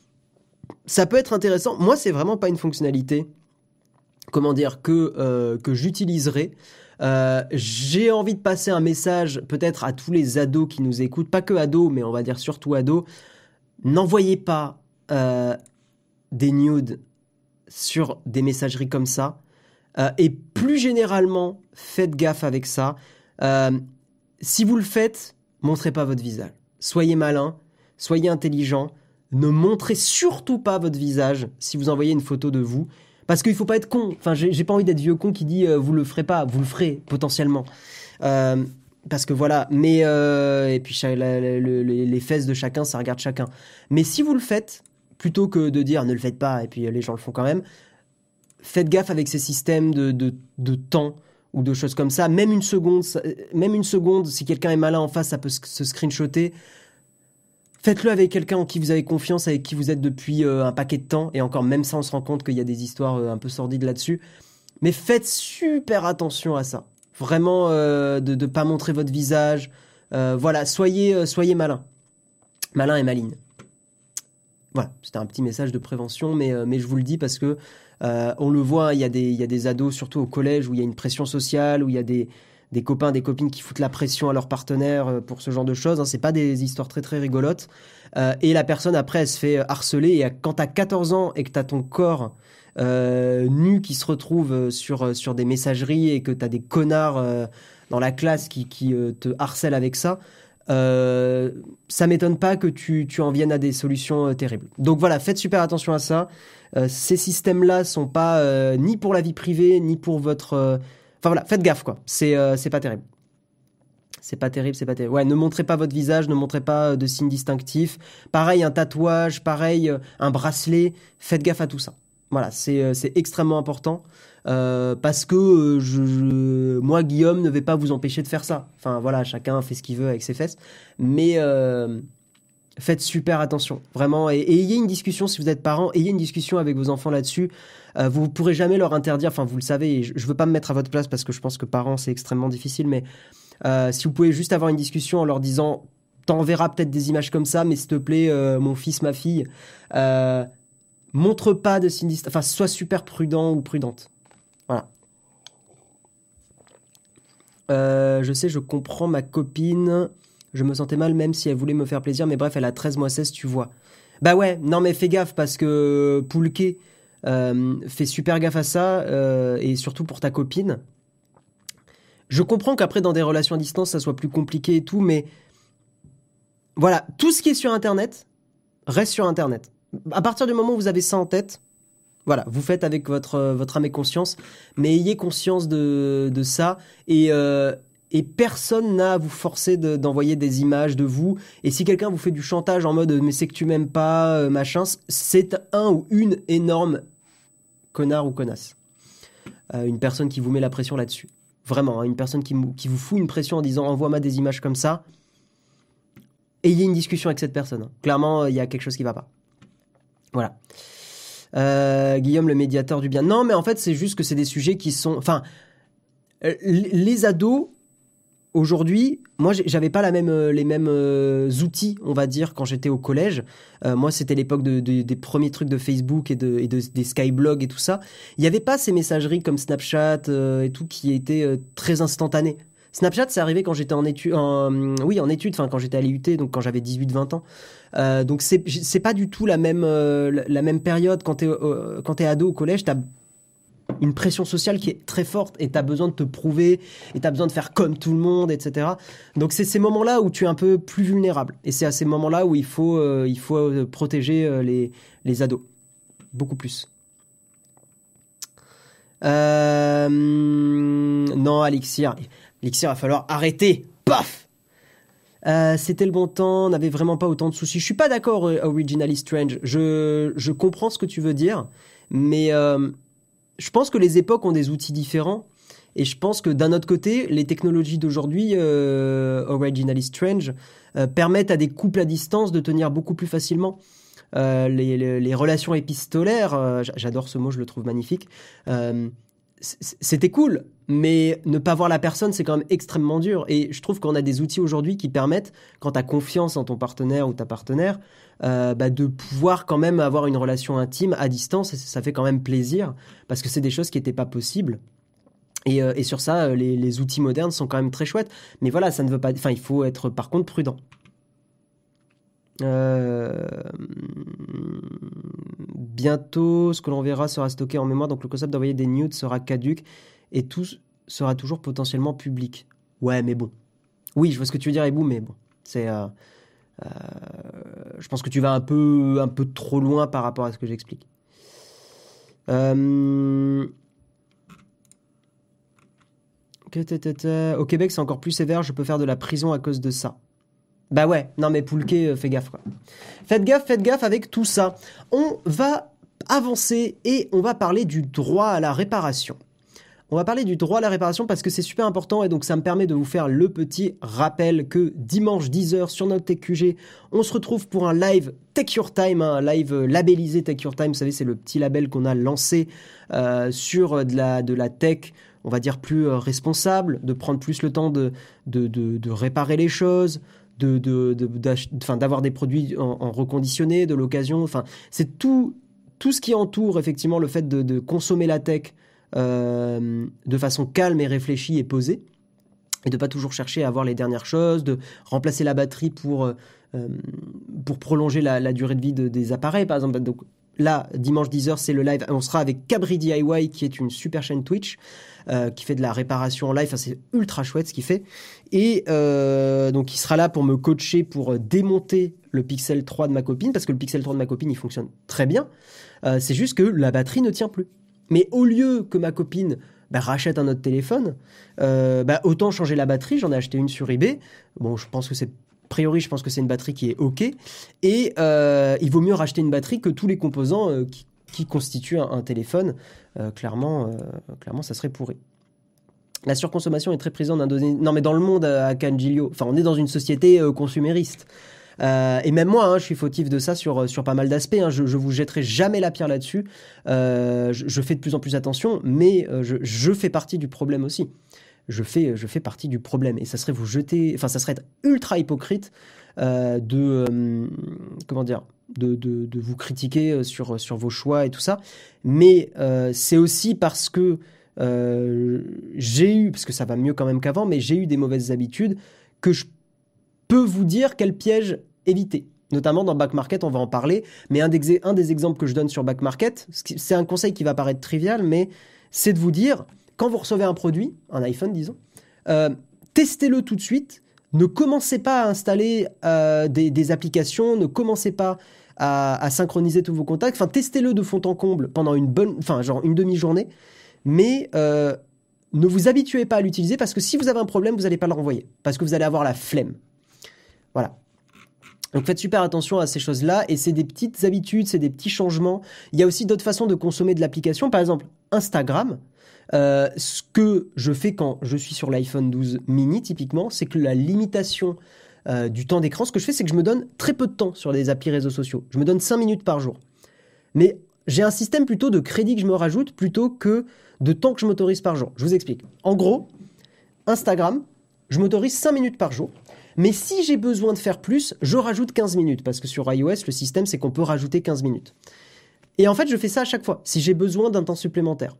ça peut être intéressant. Moi, c'est vraiment pas une fonctionnalité, comment dire, que, euh, que j'utiliserai. Euh, j'ai envie de passer un message peut-être à tous les ados qui nous écoutent. Pas que ados, mais on va dire surtout ados. N'envoyez pas euh, des nudes sur des messageries comme ça. Euh, et plus généralement, faites gaffe avec ça. Euh, si vous le faites, montrez pas votre visage. Soyez malin, soyez intelligent. Ne montrez surtout pas votre visage si vous envoyez une photo de vous. Parce qu'il faut pas être con. Enfin, j'ai, j'ai pas envie d'être vieux con qui dit euh, vous le ferez pas. Vous le ferez potentiellement. Euh, parce que voilà. Mais euh, et puis la, la, la, les, les fesses de chacun, ça regarde chacun. Mais si vous le faites, plutôt que de dire ne le faites pas et puis les gens le font quand même. Faites gaffe avec ces systèmes de, de, de temps ou de choses comme ça. Même une seconde, même une seconde, si quelqu'un est malin en face, ça peut se screenshotter. Faites-le avec quelqu'un en qui vous avez confiance, avec qui vous êtes depuis euh, un paquet de temps. Et encore, même ça, on se rend compte qu'il y a des histoires euh, un peu sordides là-dessus. Mais faites super attention à ça. Vraiment, euh, de ne pas montrer votre visage. Euh, voilà, soyez, euh, soyez malin. Malin et maligne. Voilà, c'était un petit message de prévention, mais, euh, mais je vous le dis parce que Euh, on le voit, il y a des, il y a des ados, surtout au collège, où il y a une pression sociale, où il y a des, des copains, des copines qui foutent la pression à leurs partenaires euh, pour ce genre de choses. Hein. C'est pas des histoires très très rigolotes. Euh, et la personne après, elle se fait harceler. Et quand t'as quatorze ans et que t'as ton corps euh, nu qui se retrouve sur sur des messageries et que t'as des connards euh, dans la classe qui qui euh, te harcèlent avec ça. Euh, ça m'étonne pas que tu, tu en viennes à des solutions euh, terribles. Donc voilà, faites super attention à ça. Euh, ces systèmes-là sont pas euh, ni pour la vie privée, ni pour votre... euh, Enfin voilà, faites gaffe quoi. C'est, euh, c'est pas terrible. C'est pas terrible, c'est pas terrible. Ouais, ne montrez pas votre visage, ne montrez pas euh, de signes distinctifs. Pareil, un tatouage, pareil, euh, un bracelet. Faites gaffe à tout ça. Voilà, c'est, euh, c'est extrêmement important. Euh, parce que euh, je, je, moi, Guillaume, ne vais pas vous empêcher de faire ça. Enfin, voilà, chacun fait ce qu'il veut avec ses fesses. Mais euh, faites super attention, vraiment. Et, et ayez une discussion, si vous êtes parent, ayez une discussion avec vos enfants là-dessus. Euh, vous ne pourrez jamais leur interdire, enfin, vous le savez, et je ne veux pas me mettre à votre place parce que je pense que parents, c'est extrêmement difficile, mais euh, si vous pouvez juste avoir une discussion en leur disant « T'enverras peut-être des images comme ça, mais s'il te plaît, euh, mon fils, ma fille, euh, montre pas de signes distincts. Enfin, sois super prudent ou prudente. » Voilà. Euh, je sais, je comprends ma copine. Je me sentais mal même si elle voulait me faire plaisir. Mais bref, elle a treize mois seize, tu vois. Bah ouais, non mais fais gaffe parce que Poulké, euh, fais super gaffe à ça. Euh, et surtout pour ta copine. Je comprends qu'après dans des relations à distance, ça soit plus compliqué et tout. Mais voilà, tout ce qui est sur Internet, reste sur Internet. À partir du moment où vous avez ça en tête... Voilà, vous faites avec votre, euh, votre âme et conscience, mais ayez conscience de, de ça. Et, euh, et personne n'a à vous forcer de, d'envoyer des images de vous. Et si quelqu'un vous fait du chantage en mode « mais c'est que tu m'aimes pas, euh, machin », c'est un ou une énorme connard ou connasse. Euh, une personne qui vous met la pression là-dessus. Vraiment, hein, une personne qui, qui vous fout une pression en disant « envoie-moi des images comme ça ». Ayez une discussion avec cette personne. Hein. Clairement, il y a quelque chose qui va pas. Voilà. Euh, Guillaume, le médiateur du bien. Non, mais en fait, c'est juste que c'est des sujets qui sont... Enfin, euh, les ados, aujourd'hui, moi, j'avais pas la même, euh, les mêmes euh, outils, on va dire, quand j'étais au collège. Euh, moi, c'était l'époque de, de, des premiers trucs de Facebook et, de, et de, des skyblogs et tout ça. Il n'y avait pas ces messageries comme Snapchat euh, et tout qui étaient euh, très instantanées. Snapchat, c'est arrivé quand j'étais en études, en, oui, en études, enfin quand j'étais à l'I U T, donc quand j'avais dix-huit vingt ans. Euh, donc c'est c'est pas du tout la même euh, la même période quand t'es euh, quand t'es ado au collège, t'as une pression sociale qui est très forte et t'as besoin de te prouver et t'as besoin de faire comme tout le monde, et cetera. Donc c'est ces moments-là où tu es un peu plus vulnérable et c'est à ces moments-là où il faut euh, il faut euh, protéger euh, les les ados beaucoup plus. Euh, non, Alixir. Elixir, il va falloir arrêter. Paf euh, C'était le bon temps, on n'avait vraiment pas autant de soucis. Je suis pas d'accord, euh, Originally Strange. Je, je comprends ce que tu veux dire, mais euh, je pense que les époques ont des outils différents. Et je pense que d'un autre côté, les technologies d'aujourd'hui, euh, Originally Strange, euh, permettent à des couples à distance de tenir beaucoup plus facilement. Euh, les, les, les relations épistolaires, euh, j'adore ce mot, je le trouve magnifique. Euh, C'était cool, mais ne pas voir la personne, c'est quand même extrêmement dur. Et je trouve qu'on a des outils aujourd'hui qui permettent, quand tu as confiance en ton partenaire ou ta partenaire, euh, bah de pouvoir quand même avoir une relation intime à distance. Et ça fait quand même plaisir, parce que c'est des choses qui n'étaient pas possibles. Et, euh, et sur ça, les, les outils modernes sont quand même très chouettes. Mais voilà, ça ne veut pas... Enfin, il faut être par contre prudent. Euh... Bientôt, ce que l'on verra sera stocké en mémoire, donc le concept d'envoyer des nudes sera caduque et tout sera toujours potentiellement public. Ouais, mais bon. Oui, je vois ce que tu veux dire, Ebou, mais bon, c'est. Euh, euh, je pense que tu vas un peu, un peu trop loin par rapport à ce que j'explique. Euh... Au Québec, c'est encore plus sévère. Je peux faire de la prison à cause de ça. Bah ouais, non mais Poulké, euh, fais gaffe quoi. Faites gaffe, faites gaffe avec tout ça. On va avancer et on va parler du droit à la réparation. On va parler du droit à la réparation parce que c'est super important et donc ça me permet de vous faire le petit rappel que dimanche dix heures sur notre T Q G, on se retrouve pour un live Take Your Time, hein, un live labellisé Take Your Time. Vous savez, c'est le petit label qu'on a lancé euh, sur de la, de la tech, on va dire plus euh, responsable, de prendre plus le temps de, de, de, de réparer les choses, de, de, de, enfin, d'avoir des produits en, en reconditionné, de l'occasion. Enfin, c'est tout, tout ce qui entoure effectivement le fait de, de consommer la tech euh, de façon calme et réfléchie et posée. et de pas toujours chercher à avoir les dernières choses, de remplacer la batterie pour, euh, pour prolonger la, la durée de vie de, des appareils, par exemple. Donc là, dimanche dix heures, c'est le live. On sera avec Cabri D I Y, qui est une super chaîne Twitch, euh, qui fait de la réparation en live. Enfin, c'est ultra chouette ce qu'il fait. Et euh, donc, il sera là pour me coacher, pour démonter le Pixel trois de ma copine, parce que le Pixel trois de ma copine, il fonctionne très bien. Euh, c'est juste que la batterie ne tient plus. Mais au lieu que ma copine bah, rachète un autre téléphone, euh, bah, autant changer la batterie. J'en ai acheté une sur eBay. Bon, je pense que c'est a priori, je pense que c'est une batterie qui est OK. Et euh, il vaut mieux racheter une batterie que tous les composants euh, qui, qui constituent un, un téléphone. Euh, clairement, euh, clairement, ça serait pourri. La surconsommation est très présente en Indonésie. Non, mais dans le monde, à Canjilio, enfin, on est dans une société euh, consumériste. Euh, et même moi, hein, je suis fautif de ça sur, sur pas mal d'aspects. Hein. Je, je vous jetterai jamais la pierre là-dessus. Euh, je, je fais de plus en plus attention, mais euh, je, je fais partie du problème aussi. Je fais, je fais partie du problème. Et ça serait vous jeter, enfin, ça serait être ultra hypocrite euh, de, euh, comment dire, de, de, de vous critiquer sur, sur vos choix et tout ça. Mais euh, c'est aussi parce que euh, j'ai eu, parce que ça va mieux quand même qu'avant, mais j'ai eu des mauvaises habitudes que je peux vous dire quel piège éviter. Notamment dans Back Market, on va en parler. Mais un des, un des exemples que je donne sur Back Market, c'est un conseil qui va paraître trivial, mais c'est de vous dire, quand vous recevez un produit, un iPhone disons, euh, testez-le tout de suite. Ne commencez pas à installer euh, des, des applications, ne commencez pas à, à synchroniser tous vos contacts. Enfin, testez-le de fond en comble pendant une bonne, enfin genre une demi-journée. Mais euh, ne vous habituez pas à l'utiliser parce que si vous avez un problème, vous n'allez pas le renvoyer parce que vous allez avoir la flemme. Voilà. Donc faites super attention à ces choses-là et c'est des petites habitudes, c'est des petits changements. Il y a aussi d'autres façons de consommer de l'application. Par exemple, Instagram. Euh, ce que je fais quand je suis sur l'iPhone douze mini, typiquement, c'est que la limitation euh, du temps d'écran, ce que je fais, c'est que je me donne très peu de temps sur les applis réseaux sociaux. Je me donne cinq minutes par jour. Mais j'ai un système plutôt de crédit que je me rajoute plutôt que de temps que je m'autorise par jour. Je vous explique. En gros, Instagram, je m'autorise cinq minutes par jour. Mais si j'ai besoin de faire plus, je rajoute quinze minutes. Parce que sur iOS, le système, c'est qu'on peut rajouter quinze minutes. Et en fait, je fais ça à chaque fois, si j'ai besoin d'un temps supplémentaire.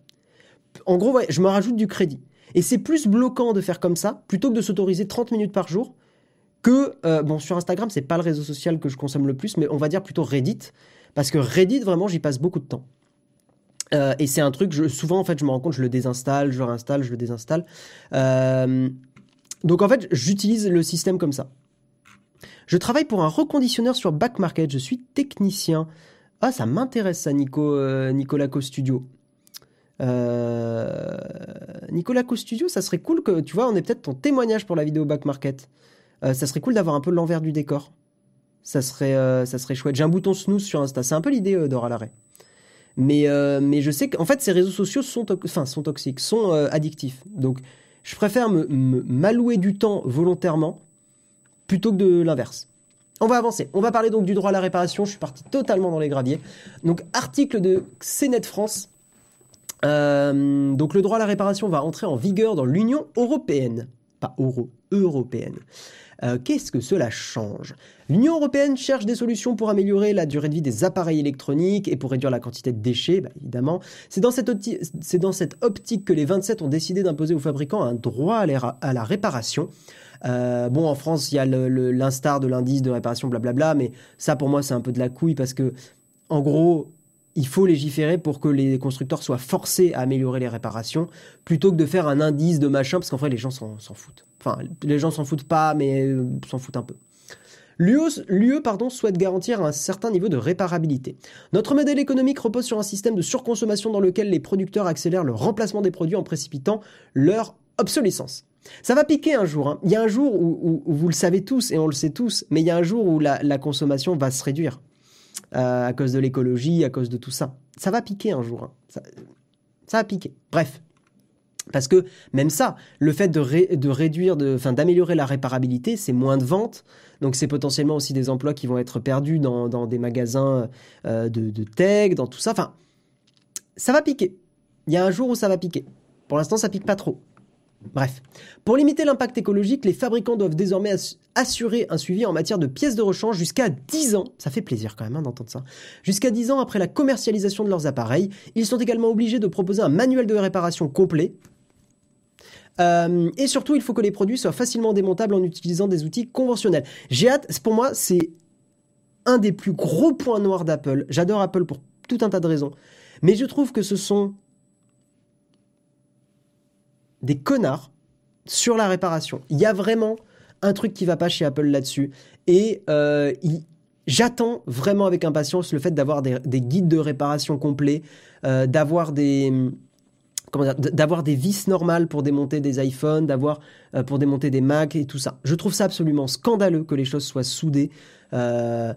En gros, ouais, je me rajoute du crédit. Et c'est plus bloquant de faire comme ça, plutôt que de s'autoriser trente minutes par jour, que, euh, bon, sur Instagram, c'est pas le réseau social que je consomme le plus, mais on va dire plutôt Reddit. Parce que Reddit, vraiment, j'y passe beaucoup de temps. Euh, et c'est un truc, je, souvent, en fait, je me rends compte, je le désinstalle, je le réinstalle, je le désinstalle. Euh... Donc en fait, j'utilise le système comme ça. Je travaille pour un reconditionneur sur Back Market. Je suis technicien. Ah, ça m'intéresse ça, Nico, euh, Nicolas Co Studio. Euh, Nicolas Co Studio, ça serait cool que, tu vois, on ait peut-être ton témoignage pour la vidéo Back Market. Euh, ça serait cool d'avoir un peu l'envers du décor. Ça serait, euh, ça serait chouette. J'ai un bouton snooze sur Insta. C'est un peu l'idée euh, d'Or à l'arrêt. Mais, euh, mais je sais qu'en fait, ces réseaux sociaux sont, to- enfin, sont toxiques, sont euh, addictifs. Donc, je préfère me, me, m'allouer du temps volontairement plutôt que de l'inverse. On va avancer. On va parler donc du droit à la réparation. Je suis parti totalement dans les graviers. Donc, article de C N E T France. Euh, donc, le droit à la réparation va entrer en vigueur dans l'Union européenne. Pas euro, européenne. Euh, qu'est-ce que cela change ? L'Union européenne cherche des solutions pour améliorer la durée de vie des appareils électroniques et pour réduire la quantité de déchets, bah, évidemment. C'est dans, cette opti- c'est dans cette optique que les vingt-sept ont décidé d'imposer aux fabricants un droit à, ra- à la réparation. Euh, bon, en France, il y a le, le, l'instar de l'indice de réparation, blablabla, mais ça, pour moi, c'est un peu de la couille parce que, en gros, il faut légiférer pour que les constructeurs soient forcés à améliorer les réparations plutôt que de faire un indice de machin, parce qu'en vrai, les gens s'en, s'en foutent. Enfin, les gens s'en foutent pas, mais euh, s'en foutent un peu. L'U E, l'U E pardon, souhaite garantir un certain niveau de réparabilité. Notre modèle économique repose sur un système de surconsommation dans lequel les producteurs accélèrent le remplacement des produits en précipitant leur obsolescence. Ça va piquer un jour. Hein. Il y a un jour où, où, où vous le savez tous, et on le sait tous, mais il y a un jour où la, la consommation va se réduire. Euh, à cause de l'écologie, à cause de tout ça. Ça va piquer un jour. Hein. Ça, ça va piquer. Bref. Parce que même ça, le fait de, ré, de réduire, de, enfin, d'améliorer la réparabilité, c'est moins de ventes. Donc c'est potentiellement aussi des emplois qui vont être perdus dans, dans des magasins euh, de, de tech, dans tout ça. Enfin, ça va piquer. Il y a un jour où ça va piquer. Pour l'instant, ça pique pas trop. Bref. Pour limiter l'impact écologique, les fabricants doivent désormais ass- assurer un suivi en matière de pièces de rechange jusqu'à dix ans. Ça fait plaisir quand même hein, d'entendre ça. Jusqu'à dix ans après la commercialisation de leurs appareils. Ils sont également obligés de proposer un manuel de réparation complet. Euh, et surtout, il faut que les produits soient facilement démontables en utilisant des outils conventionnels. J'ai hâte, pour moi, c'est un des plus gros points noirs d'Apple. J'adore Apple pour tout un tas de raisons. Mais je trouve que ce sont des connards sur la réparation. Il y a vraiment un truc qui va pas chez Apple là-dessus. Et euh, il, j'attends vraiment avec impatience le fait d'avoir des, des guides de réparation complets, euh, d'avoir des... Comment dire, d'avoir des vis normales pour démonter des iPhones, d'avoir euh, pour démonter des Mac et tout ça. Je trouve ça absolument scandaleux que les choses soient soudées. Euh...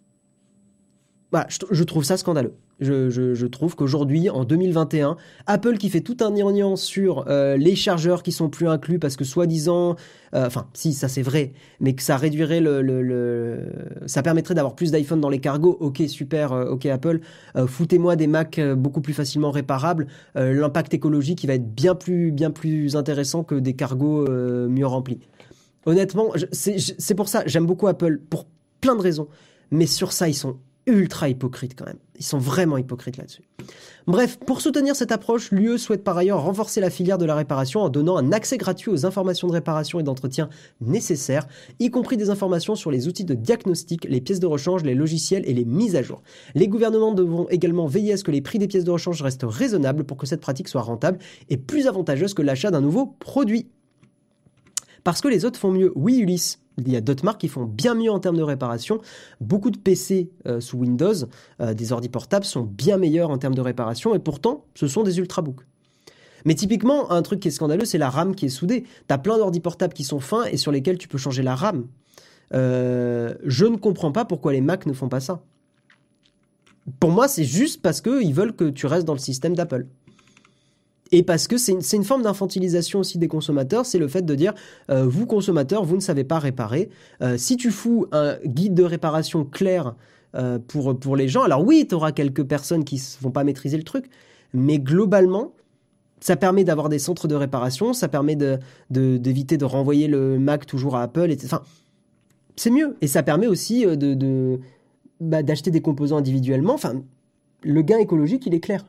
Voilà, je, je trouve ça scandaleux. Je, je, je trouve qu'aujourd'hui, en deux mille vingt et un, Apple qui fait tout un gnangnan sur euh, les chargeurs qui sont plus inclus parce que soi-disant, euh, enfin si ça c'est vrai, mais que ça réduirait le, le, le ça permettrait d'avoir plus d'iPhone dans les cargos. Ok super, euh, ok Apple, euh, foutez-moi des Mac euh, beaucoup plus facilement réparables. Euh, l'impact écologique il va être bien plus bien plus intéressant que des cargos euh, mieux remplis. Honnêtement, je, c'est, je, c'est pour ça j'aime beaucoup Apple pour plein de raisons, mais sur ça ils sont ultra hypocrites quand même. Ils sont vraiment hypocrites là-dessus. Bref, pour soutenir cette approche, l'U E souhaite par ailleurs renforcer la filière de la réparation en donnant un accès gratuit aux informations de réparation et d'entretien nécessaires, y compris des informations sur les outils de diagnostic, les pièces de rechange, les logiciels et les mises à jour. Les gouvernements devront également veiller à ce que les prix des pièces de rechange restent raisonnables pour que cette pratique soit rentable et plus avantageuse que l'achat d'un nouveau produit. Parce que les autres font mieux. Oui, Ulysse, il y a d'autres marques qui font bien mieux en termes de réparation. Beaucoup de P C euh, sous Windows, euh, des ordi portables sont bien meilleurs en termes de réparation et pourtant, ce sont des ultrabooks. Mais typiquement, un truc qui est scandaleux, c'est la RAM qui est soudée. T'as plein d'ordi portables qui sont fins et sur lesquels tu peux changer la RAM. Euh, je ne comprends pas pourquoi les Mac ne font pas ça. Pour moi, c'est juste parce qu'ils veulent que tu restes dans le système d'Apple. Et parce que c'est une, c'est une forme d'infantilisation aussi des consommateurs, c'est le fait de dire euh, vous consommateurs, vous ne savez pas réparer. Euh, si tu fous un guide de réparation clair euh, pour, pour les gens, alors oui, tu auras quelques personnes qui ne vont pas maîtriser le truc, mais globalement, ça permet d'avoir des centres de réparation, ça permet de, de, d'éviter de renvoyer le Mac toujours à Apple, et enfin, c'est mieux. Et ça permet aussi de, de, bah, d'acheter des composants individuellement. Enfin, le gain écologique, il est clair.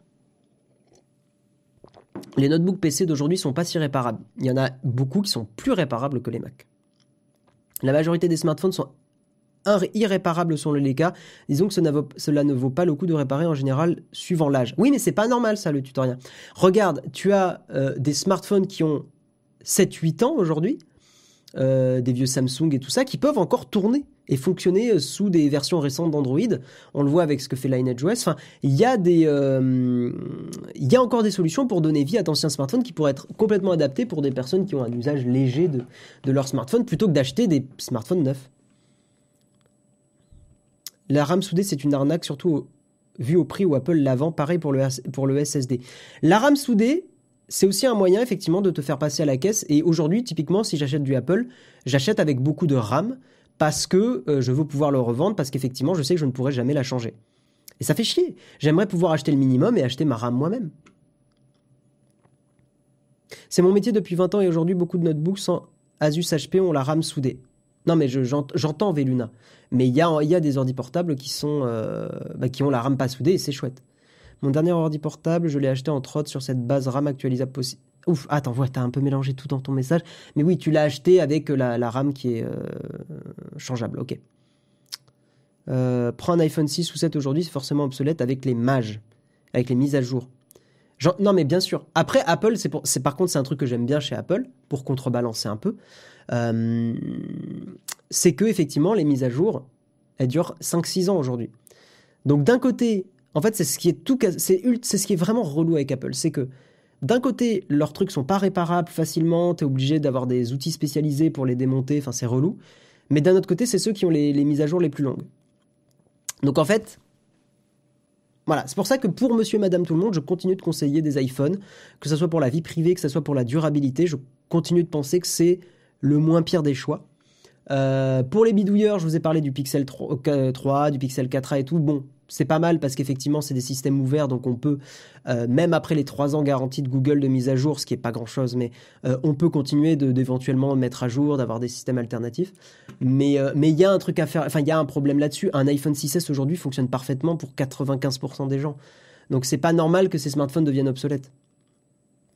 Les notebooks P C d'aujourd'hui sont pas si réparables. Il y en a beaucoup qui sont plus réparables que les Mac. La majorité des smartphones sont irréparables selon les cas. Disons que cela ne vaut pas le coup de réparer en général suivant l'âge. Oui, mais c'est pas normal ça le tutoriel. Regarde, tu as euh, des smartphones qui ont sept huit ans aujourd'hui, euh, des vieux Samsung et tout ça, qui peuvent encore tourner et fonctionner sous des versions récentes d'Android. On le voit avec ce que fait LineageOS. Enfin, il y a des, euh, il y a encore des solutions pour donner vie à d'anciens smartphones qui pourraient être complètement adaptés pour des personnes qui ont un usage léger de, de leur smartphone plutôt que d'acheter des smartphones neufs. La RAM soudée, c'est une arnaque, surtout au, vu au prix où Apple la vend. Pareil pour le, pour le S S D. La RAM soudée, c'est aussi un moyen effectivement de te faire passer à la caisse. Et aujourd'hui, typiquement, si j'achète du Apple, j'achète avec beaucoup de RAM parce que euh, je veux pouvoir le revendre, parce qu'effectivement, je sais que je ne pourrai jamais la changer. Et ça fait chier. J'aimerais pouvoir acheter le minimum et acheter ma RAM moi-même. C'est mon métier depuis vingt ans et aujourd'hui, beaucoup de notebooks sans Asus H P ont la RAM soudée. Non, mais je, j'ent, j'entends Veluna. Mais il y a, y a des ordi portables qui, sont, euh, bah, qui ont la RAM pas soudée et c'est chouette. Mon dernier ordi portable, je l'ai acheté en trot sur cette base RAM actualisable possible. Ouf, attends, ouais, t'as un peu mélangé tout dans ton message. Mais oui, tu l'as acheté avec la, la RAM qui est euh, changeable, ok. Euh, prends un iPhone six ou sept aujourd'hui, c'est forcément obsolète avec les mages, avec les mises à jour. Genre, non, mais bien sûr. Après, Apple, c'est, pour, c'est par contre, c'est un truc que j'aime bien chez Apple, pour contrebalancer un peu. Euh, c'est que, effectivement, les mises à jour, elles durent cinq six ans aujourd'hui. Donc, d'un côté, en fait, c'est ce qui est tout, c'est, c'est ce qui est vraiment relou avec Apple, c'est que d'un côté, leurs trucs sont pas réparables facilement, t'es obligé d'avoir des outils spécialisés pour les démonter, enfin c'est relou. Mais d'un autre côté, c'est ceux qui ont les, les mises à jour les plus longues. Donc en fait, voilà, c'est pour ça que pour monsieur et madame tout le monde, je continue de conseiller des iPhones, que ce soit pour la vie privée, que ce soit pour la durabilité, je continue de penser que c'est le moins pire des choix. Euh, pour les bidouilleurs, je vous ai parlé du Pixel trois, du Pixel quatre A et tout, bon... C'est pas mal parce qu'effectivement, c'est des systèmes ouverts, donc on peut, euh, même après les trois ans garantis de Google de mise à jour, ce qui est pas grand-chose, mais euh, on peut continuer de, d'éventuellement mettre à jour, d'avoir des systèmes alternatifs. Mais euh, mais il y a un truc à faire, enfin il y a un problème là-dessus. Un iPhone six S aujourd'hui fonctionne parfaitement pour quatre-vingt-quinze pour cent des gens. Donc c'est pas normal que ces smartphones deviennent obsolètes.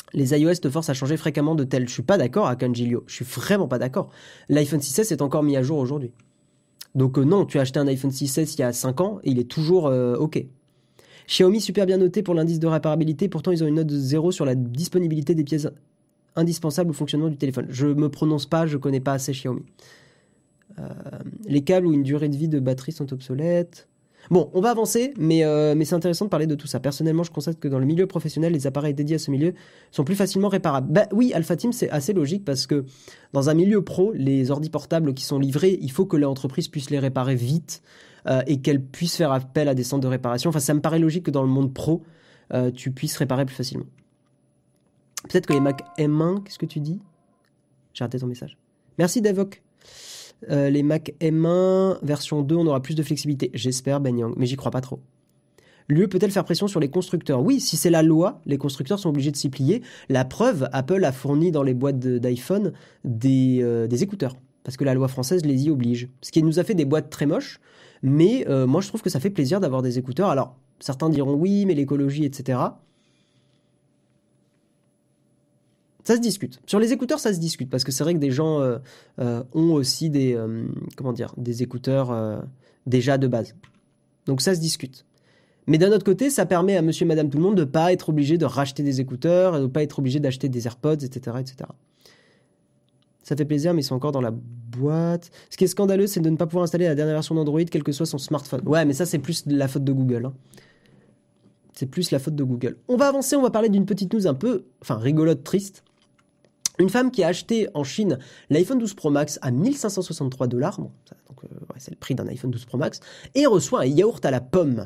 Les iOS te forcent à changer fréquemment de tel. Je suis pas d'accord avec Angilio. Je suis vraiment pas d'accord. L'iPhone six S est encore mis à jour aujourd'hui. Donc euh, non, tu as acheté un iPhone six S il y a cinq ans et il est toujours euh, OK. Xiaomi super bien noté pour l'indice de réparabilité. Pourtant, ils ont une note de zéro sur la disponibilité des pièces indispensables au fonctionnement du téléphone. Je me prononce pas, je connais pas assez Xiaomi. Euh, les câbles ou une durée de vie de batterie sont obsolètes. Bon, on va avancer, mais, euh, mais c'est intéressant de parler de tout ça. Personnellement, je constate que dans le milieu professionnel, les appareils dédiés à ce milieu sont plus facilement réparables. Bah oui, Alpha Team, c'est assez logique parce que dans un milieu pro, les ordi portables qui sont livrés, il faut que l'entreprise puisse les réparer vite euh, et qu'elle puisse faire appel à des centres de réparation. Enfin, ça me paraît logique que dans le monde pro, euh, tu puisses réparer plus facilement. Peut-être que les Mac M un, qu'est-ce que tu dis ? J'ai raté ton message. Merci Davok. Euh, les Mac M un version deux, on aura plus de flexibilité. J'espère, Ben Yang, mais j'y crois pas trop. L'U E peut-elle faire pression sur les constructeurs ? Oui, si c'est la loi, les constructeurs sont obligés de s'y plier. La preuve, Apple a fourni dans les boîtes de, d'iPhone des, euh, des écouteurs, parce que la loi française les y oblige. Ce qui nous a fait des boîtes très moches, mais euh, moi je trouve que ça fait plaisir d'avoir des écouteurs. Alors, certains diront oui, mais l'écologie, et cetera. Ça se discute. Sur les écouteurs, ça se discute parce que c'est vrai que des gens euh, euh, ont aussi des euh, comment dire des écouteurs euh, déjà de base. Donc ça se discute. Mais d'un autre côté, ça permet à monsieur et madame tout le monde de ne pas être obligé de racheter des écouteurs, de ne pas être obligé d'acheter des AirPods, et cetera, et cetera. Ça fait plaisir, mais ils sont encore dans la boîte. Ce qui est scandaleux, c'est de ne pas pouvoir installer la dernière version d'Android, quel que soit son smartphone. Ouais, mais ça, c'est plus la faute de Google. Hein. C'est plus la faute de Google. On va avancer, on va parler d'une petite news un peu, enfin, rigolote, triste. Une femme qui a acheté en Chine l'iPhone douze Pro Max à mille cinq cent soixante-trois dollars, bon, ça, donc, euh, ouais, c'est le prix d'un iPhone douze Pro Max, et reçoit un yaourt à la pomme.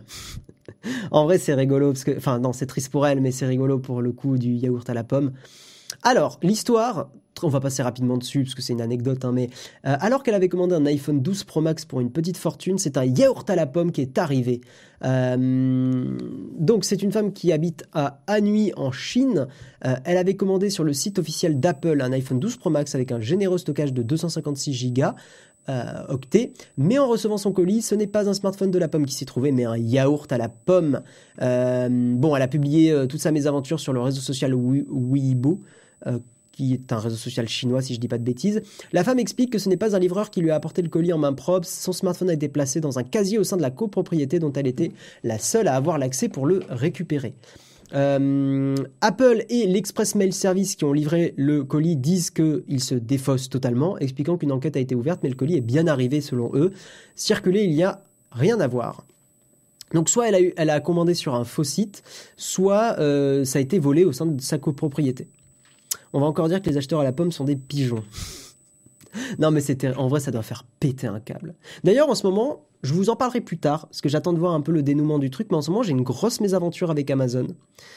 En vrai, c'est rigolo, parce que, enfin, non, c'est triste pour elle, mais c'est rigolo pour le coup du yaourt à la pomme. Alors, l'histoire, on va passer rapidement dessus, parce que c'est une anecdote, hein, mais euh, alors qu'elle avait commandé un iPhone douze Pro Max pour une petite fortune, c'est un yaourt à la pomme qui est arrivé. Euh, donc, c'est une femme qui habite à Anhui, en Chine. Euh, elle avait commandé sur le site officiel d'Apple un iPhone douze Pro Max avec un généreux stockage de deux cent cinquante-six gigas. Euh, octets, mais en recevant son colis, ce n'est pas un smartphone de la pomme qui s'y trouvait, mais un yaourt à la pomme. Euh, bon, elle a publié euh, toute sa mésaventure sur le réseau social Weibo, euh, qui est un réseau social chinois, si je dis pas de bêtises. La femme explique que ce n'est pas un livreur qui lui a apporté le colis en main propre. Son smartphone a été placé dans un casier au sein de la copropriété dont elle était la seule à avoir l'accès pour le récupérer. Euh, Apple et l'Express Mail Service qui ont livré le colis disent qu'ils se défaussent totalement, expliquant qu'une enquête a été ouverte, mais le colis est bien arrivé selon eux. Circuler, il n'y a rien à voir. Donc soit elle a, eu, elle a commandé sur un faux site, soit euh, ça a été volé au sein de sa copropriété. On va encore dire que les acheteurs à la pomme sont des pigeons. Non mais c'était, en vrai ça doit faire péter un câble. D'ailleurs en ce moment, je vous en parlerai plus tard, parce que j'attends de voir un peu le dénouement du truc, mais en ce moment j'ai une grosse mésaventure avec Amazon.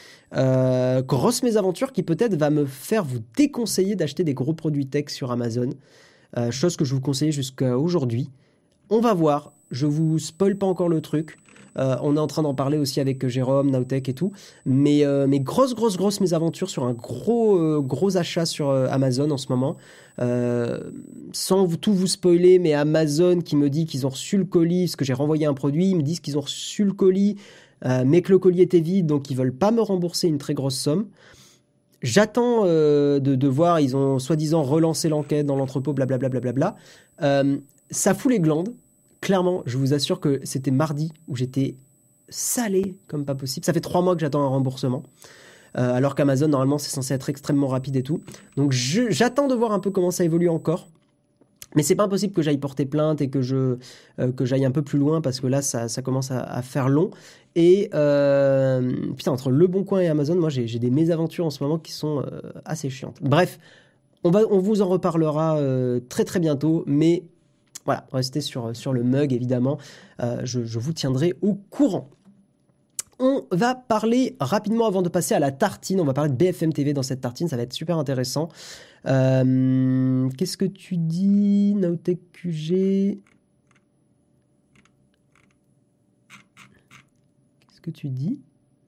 Euh, grosse mésaventure qui peut-être va me faire vous déconseiller d'acheter des gros produits tech sur Amazon. Euh, chose que je vous conseille jusqu'à aujourd'hui. On va voir, je vous spoil pas encore le truc. Euh, on est en train d'en parler aussi avec Jérôme, Nowtech et tout. Mais, euh, mais grosse, grosse, grosse mésaventure sur un gros, euh, gros achat sur euh, Amazon en ce moment. Euh, sans vous, tout vous spoiler, mais Amazon qui me dit qu'ils ont reçu le colis, parce que j'ai renvoyé un produit, ils me disent qu'ils ont reçu le colis, euh, mais que le colis était vide, donc ils veulent pas me rembourser une très grosse somme. J'attends euh, de, de voir, ils ont soi-disant relancé l'enquête dans l'entrepôt, blablabla. Bla, bla, bla, bla. Euh, ça fout les glandes. Clairement, je vous assure que c'était mardi où j'étais salé comme pas possible. Ça fait trois mois que j'attends un remboursement. Euh, alors qu'Amazon, normalement, c'est censé être extrêmement rapide et tout. Donc, je, j'attends de voir un peu comment ça évolue encore. Mais c'est pas impossible que j'aille porter plainte et que, je, euh, que j'aille un peu plus loin parce que là, ça, ça commence à, à faire long. Et euh, putain, entre Le Bon Coin et Amazon, moi, j'ai, j'ai des mésaventures en ce moment qui sont euh, assez chiantes. Bref, on, va, on vous en reparlera euh, très très bientôt, mais... Voilà, restez sur, sur le mug, évidemment. Euh, je, je vous tiendrai au courant. On va parler rapidement, avant de passer à la tartine, on va parler de B F M T V dans cette tartine, ça va être super intéressant. Euh, qu'est-ce que tu dis, Nowtech Q G? Qu'est-ce que tu dis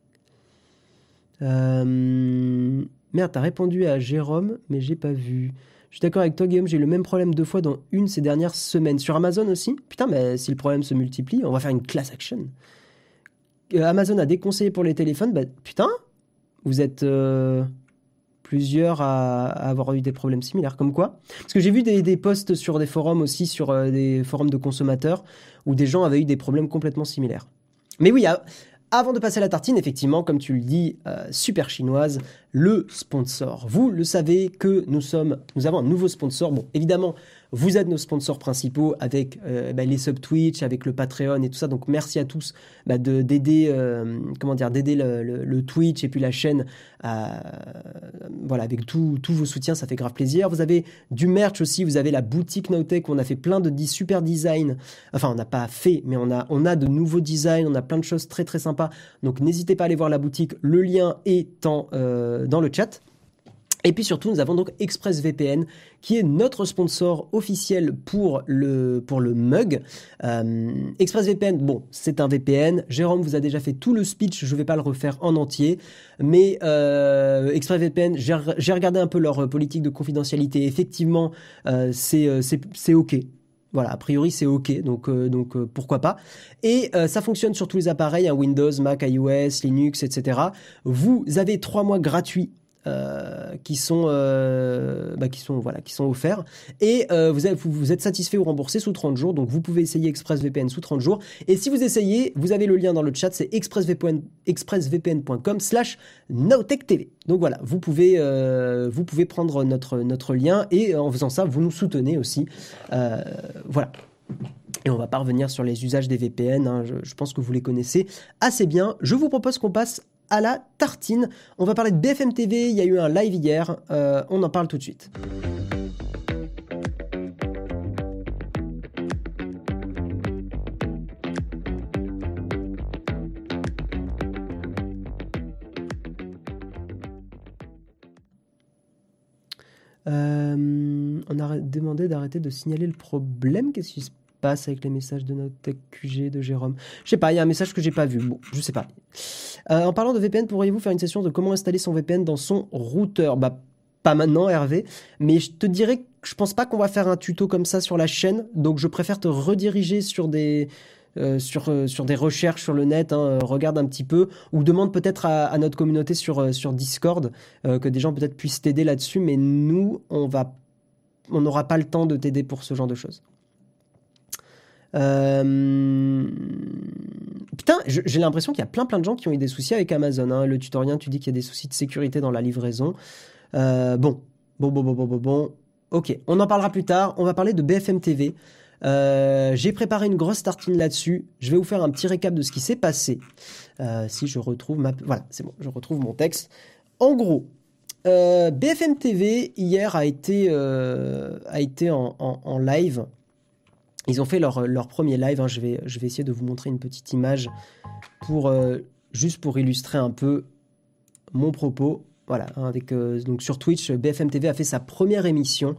euh, Merde, t'as répondu à Jérôme, mais j'ai pas vu. Je suis d'accord avec toi, Guillaume, j'ai eu le même problème deux fois dans une ces dernières semaines. Sur Amazon aussi? Putain, mais si le problème se multiplie, on va faire une class action. Euh, Amazon a déconseillé pour les téléphones. Bah, putain, vous êtes... Euh... plusieurs à, à avoir eu des problèmes similaires. Comme quoi? Parce que j'ai vu des, des posts sur des forums aussi, sur euh, des forums de consommateurs, où des gens avaient eu des problèmes complètement similaires. Mais oui, à, avant de passer à la tartine, effectivement, comme tu le dis, euh, super chinoise, le sponsor. Vous le savez que nous sommes, nous avons un nouveau sponsor. Bon, évidemment, vous êtes nos sponsors principaux avec euh, bah, les sub Twitch, avec le Patreon et tout ça. Donc merci à tous bah, de d'aider, euh, comment dire, d'aider le, le, le Twitch et puis la chaîne. À, voilà, avec tous vos soutiens, ça fait grave plaisir. Vous avez du merch aussi. Vous avez la boutique Nowtech où on a fait plein de super designs. Enfin, on n'a pas fait, mais on a on a de nouveaux designs. On a plein de choses très très sympas. Donc n'hésitez pas à aller voir la boutique. Le lien est en euh, dans le chat. Et puis surtout, nous avons donc ExpressVPN, qui est notre sponsor officiel pour le, pour le mug. Euh, ExpressVPN, bon, c'est un V P N. Jérôme vous a déjà fait tout le speech, je ne vais pas le refaire en entier. Mais euh, ExpressVPN, j'ai, j'ai regardé un peu leur politique de confidentialité. Effectivement, euh, c'est, c'est, c'est OK. Voilà, a priori c'est OK, donc euh, donc euh, pourquoi pas. Et euh, ça fonctionne sur tous les appareils, hein, Windows, Mac, iOS, Linux, et cetera. Vous avez trois mois gratuits. Euh, qui sont euh, bah, qui sont voilà qui sont offerts et euh, vous, avez, vous, vous êtes satisfait ou remboursé sous trente jours, donc vous pouvez essayer ExpressVPN sous trente jours. Et si vous essayez, vous avez le lien dans le chat, c'est expressvpn expressvpn point com slash nowtech T V. Donc voilà, vous pouvez euh, vous pouvez prendre notre notre lien et en faisant ça, vous nous soutenez aussi. Euh, voilà. Et on va pas revenir sur les usages des V P N, hein, je, je pense que vous les connaissez assez bien. Je vous propose qu'on passe à la tartine. On va parler de B F M T V, il y a eu un live hier, euh, on en parle tout de suite. Euh, on a demandé d'arrêter de signaler le problème. Qu'est-ce qui se passe avec les messages de Nowtech Q G de Jérôme? Je sais pas, il y a un message que j'ai pas vu. Bon, je sais pas. Euh, en parlant de V P N, pourriez-vous faire une session de comment installer son V P N dans son routeur? Bah, pas maintenant, Hervé, mais je te dirais que je pense pas qu'on va faire un tuto comme ça sur la chaîne, donc je préfère te rediriger sur des, euh, sur, euh, sur des recherches sur le net, hein, regarde un petit peu, ou demande peut-être à, à notre communauté sur, euh, sur Discord, euh, que des gens peut-être puissent t'aider là-dessus, mais nous, on va, on n'aura pas le temps de t'aider pour ce genre de choses. Euh... Putain, je, j'ai l'impression qu'il y a plein plein de gens qui ont eu des soucis avec Amazon. Hein. Le tutoriel, tu dis qu'il y a des soucis de sécurité dans la livraison. Euh, bon, bon, bon, bon, bon, bon, bon. Ok, on en parlera plus tard. On va parler de B F M T V. Euh, j'ai préparé une grosse tartine là-dessus. Je vais vous faire un petit récap de ce qui s'est passé. Euh, si je retrouve ma... Voilà, c'est bon, je retrouve mon texte. En gros, euh, B F M T V, hier, a été, euh, a été en, en, en live. Ils ont fait leur, leur premier live, hein. je, vais, je vais essayer de vous montrer une petite image pour, euh, juste pour illustrer un peu mon propos. Voilà, hein, avec, euh, donc sur Twitch, B F M T V a fait sa première émission.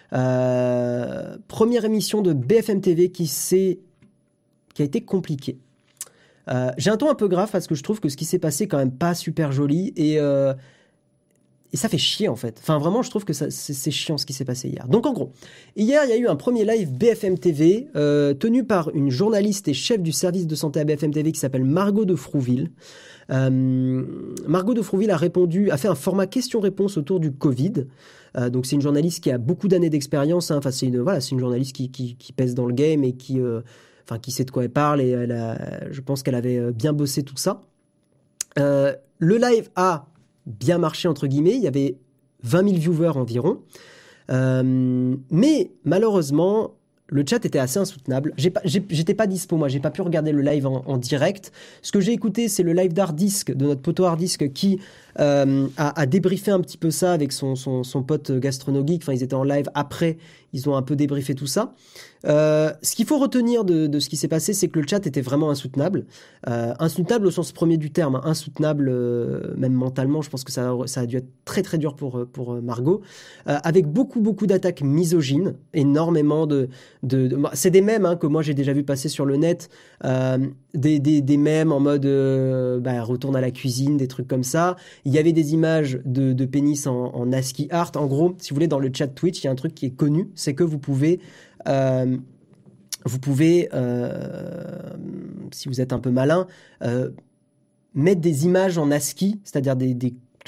Euh, première émission de B F M T V qui, s'est, qui a été compliquée. Euh, j'ai un ton un peu grave parce que je trouve que ce qui s'est passé est quand même pas super joli et... Euh, Et ça fait chier en fait. Enfin vraiment, je trouve que ça, c'est, c'est chiant ce qui s'est passé hier. Donc en gros, hier il y a eu un premier live B F M T V euh, tenu par une journaliste et chef du service de santé à B F M T V qui s'appelle Margot de Frouville. Euh, Margot de Frouville a répondu, a fait un format question-réponse autour du Covid. Euh, donc c'est une journaliste qui a beaucoup d'années d'expérience. Hein. Enfin c'est une voilà, c'est une journaliste qui, qui, qui pèse dans le game et qui, euh, enfin qui sait de quoi elle parle et elle a, je pense qu'elle avait bien bossé tout ça. Euh, le live a bien marché entre guillemets, il y avait vingt mille viewers environ, euh, mais malheureusement le chat était assez insoutenable. J'ai pas, j'ai, j'étais pas dispo moi, j'ai pas pu regarder le live en, en direct. Ce que j'ai écouté, c'est le live d'Hardisk, de notre poteau Hardisk, qui euh, a, a débriefé un petit peu ça avec son, son, son pote Gastronogeek. Enfin, ils étaient en live après, ils ont un peu débriefé tout ça. Euh, ce qu'il faut retenir de, de ce qui s'est passé, c'est que le chat était vraiment insoutenable. Euh, insoutenable au sens premier du terme, hein, insoutenable euh, même mentalement. Je pense que ça, ça a dû être très très dur pour, pour Margot. Euh, avec beaucoup beaucoup d'attaques misogynes, énormément de... de, de c'est des mèmes hein, que moi j'ai déjà vu passer sur le net. Euh, des, des, des mèmes en mode euh, bah, retourne à la cuisine, des trucs comme ça. Il y avait des images de, de pénis en, en ASCII art. En gros, si vous voulez, dans le chat Twitch, il y a un truc qui est connu, c'est que vous pouvez... Euh, vous pouvez, euh, si vous êtes un peu malin, euh, mettre des images en ASCII, c'est-à-dire des, des,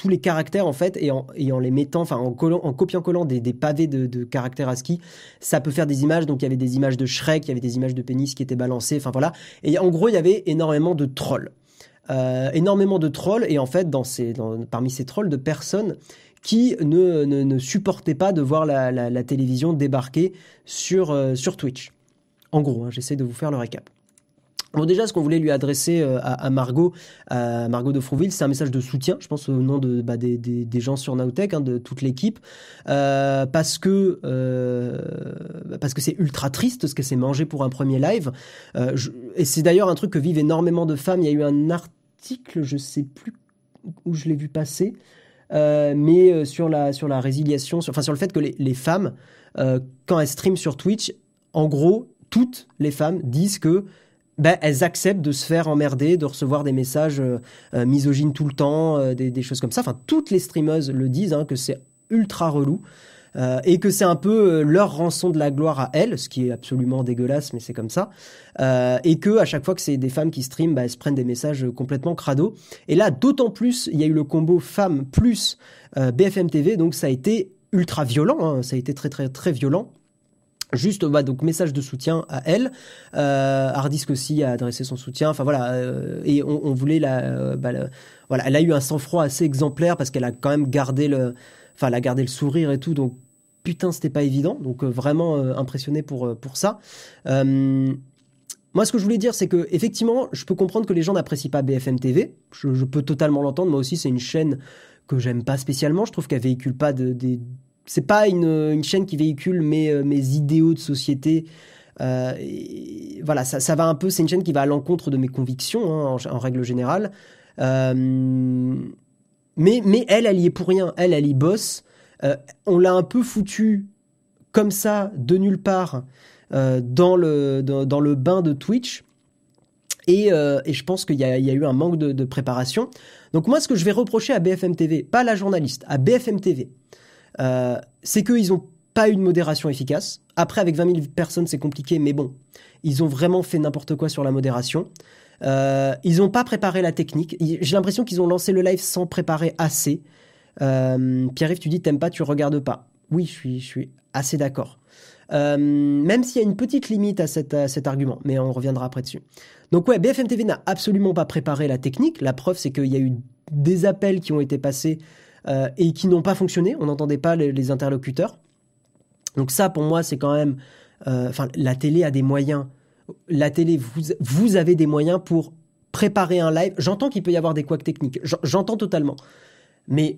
tous les caractères en fait, et en, et en les mettant, enfin en, collant, en copiant-collant des, des pavés de, de caractères ASCII, ça peut faire des images. Donc il y avait des images de Shrek, il y avait des images de pénis qui étaient balancées, enfin voilà. Et en gros, il y avait énormément de trolls. Euh, énormément de trolls, et en fait, dans ces, dans, parmi ces trolls, de personnes qui ne, ne, ne supportaient pas de voir la, la, la télévision débarquer sur, euh, sur Twitch. En gros, hein, j'essaie de vous faire le récap. Bon, déjà, ce qu'on voulait lui adresser euh, à, à Margot, à Margot de Frouville, c'est un message de soutien, je pense, au nom de, bah, des, des, des gens sur Nowtech, hein, de toute l'équipe, euh, parce que euh, parce que c'est ultra triste ce que c'est mangé pour un premier live. Euh, je, et c'est d'ailleurs un truc que vivent énormément de femmes. Il y a eu un article, je sais plus où je l'ai vu passer, euh, mais euh, sur la sur la résiliation, sur, enfin sur le fait que les, les femmes, euh, quand elles streament sur Twitch, en gros, toutes les femmes disent que ben, elles acceptent de se faire emmerder, de recevoir des messages euh, euh, misogynes tout le temps, euh, des, des choses comme ça. Enfin, toutes les streameuses le disent, hein, que c'est ultra relou euh, et que c'est un peu euh, leur rançon de la gloire à elles, ce qui est absolument dégueulasse, mais c'est comme ça. Euh, et que à chaque fois que c'est des femmes qui streament, ben, elles se prennent des messages complètement crado. Et là, d'autant plus, il y a eu le combo femmes plus euh, B F M T V, donc ça a été ultra violent, hein, ça a été très très très violent. Juste, bah, donc message de soutien à elle. Euh, Hardisk aussi a adressé son soutien. Enfin voilà, euh, et on, on voulait la, euh, bah, la, voilà, elle a eu un sang-froid assez exemplaire parce qu'elle a quand même gardé le, enfin, elle a gardé le sourire et tout. Donc putain, c'était pas évident. Donc euh, vraiment euh, impressionné pour euh, pour ça. Euh, moi, ce que je voulais dire, c'est que effectivement, je peux comprendre que les gens n'apprécient pas B F M T V. Je, je peux totalement l'entendre. Moi aussi, c'est une chaîne que j'aime pas spécialement. Je trouve qu'elle véhicule pas de, des c'est pas une, une chaîne qui véhicule mes, mes idéaux de société. Euh, et voilà, ça, ça va un peu. C'est une chaîne qui va à l'encontre de mes convictions, hein, en, en règle générale. Euh, mais, mais elle, elle y est pour rien. Elle, elle y bosse. Euh, on l'a un peu foutu comme ça, de nulle part, euh, dans, le, dans, dans le bain de Twitch. Et, euh, et je pense qu'il y a, il y a eu un manque de, de préparation. Donc moi, ce que je vais reprocher à B F M T V, pas à la journaliste, à B F M T V, Euh, c'est qu'ils n'ont pas eu de modération efficace. Après, avec vingt mille personnes, c'est compliqué, mais bon, ils ont vraiment fait n'importe quoi sur la modération. Euh, ils n'ont pas préparé la technique. J'ai l'impression qu'ils ont lancé le live sans préparer assez. Euh, Pierre-Yves, tu dis t'aimes pas, tu regardes pas. Oui, je suis, je suis assez d'accord. Euh, même s'il y a une petite limite à, cette, à cet argument, mais on reviendra après dessus. Donc ouais, B F M T V n'a absolument pas préparé la technique. La preuve, c'est qu'il y a eu des appels qui ont été passés Euh, et qui n'ont pas fonctionné. On n'entendait pas les, les interlocuteurs. Donc ça, pour moi, c'est quand même... Enfin, euh, la télé a des moyens. La télé, vous, vous avez des moyens pour préparer un live. J'entends qu'il peut y avoir des couacs techniques. J'entends totalement. Mais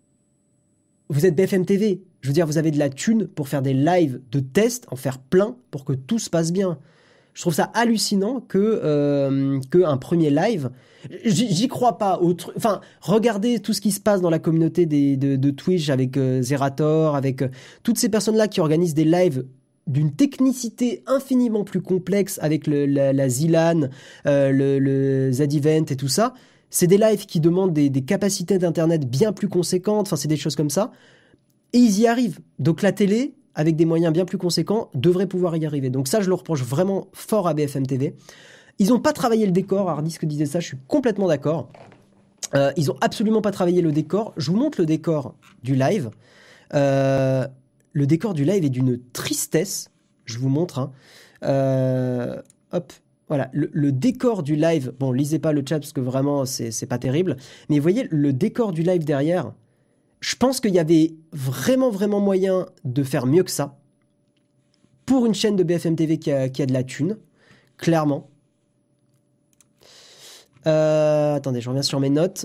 vous êtes B F M T V. Je veux dire, vous avez de la thune pour faire des lives de tests, en faire plein pour que tout se passe bien. Je trouve ça hallucinant que euh, qu'un premier live, j'y crois pas. Autre, enfin, regardez tout ce qui se passe dans la communauté des, de, de Twitch avec euh, Zerator, avec euh, toutes ces personnes-là qui organisent des lives d'une technicité infiniment plus complexe avec le, la, la Zilan, euh, le, le Z-Event et tout ça. C'est des lives qui demandent des, des capacités d'internet bien plus conséquentes. Enfin, c'est des choses comme ça. Et ils y arrivent. Donc la télé, avec des moyens bien plus conséquents, devrait pouvoir y arriver. Donc ça, je le reproche vraiment fort à B F M T V. Ils n'ont pas travaillé le décor. Hardisk disait ça, je suis complètement d'accord. Euh, ils n'ont absolument pas travaillé le décor. Je vous montre le décor du live. Euh, le décor du live est d'une tristesse. Je vous montre. Hein. Euh, hop, voilà. Le, le décor du live, bon, lisez pas le chat parce que vraiment, c'est, c'est pas terrible. Mais vous voyez, le décor du live derrière, je pense qu'il y avait vraiment, vraiment moyen de faire mieux que ça. Pour une chaîne de B F M T V qui a, qui a de la thune, clairement. Euh, attendez, je reviens sur mes notes.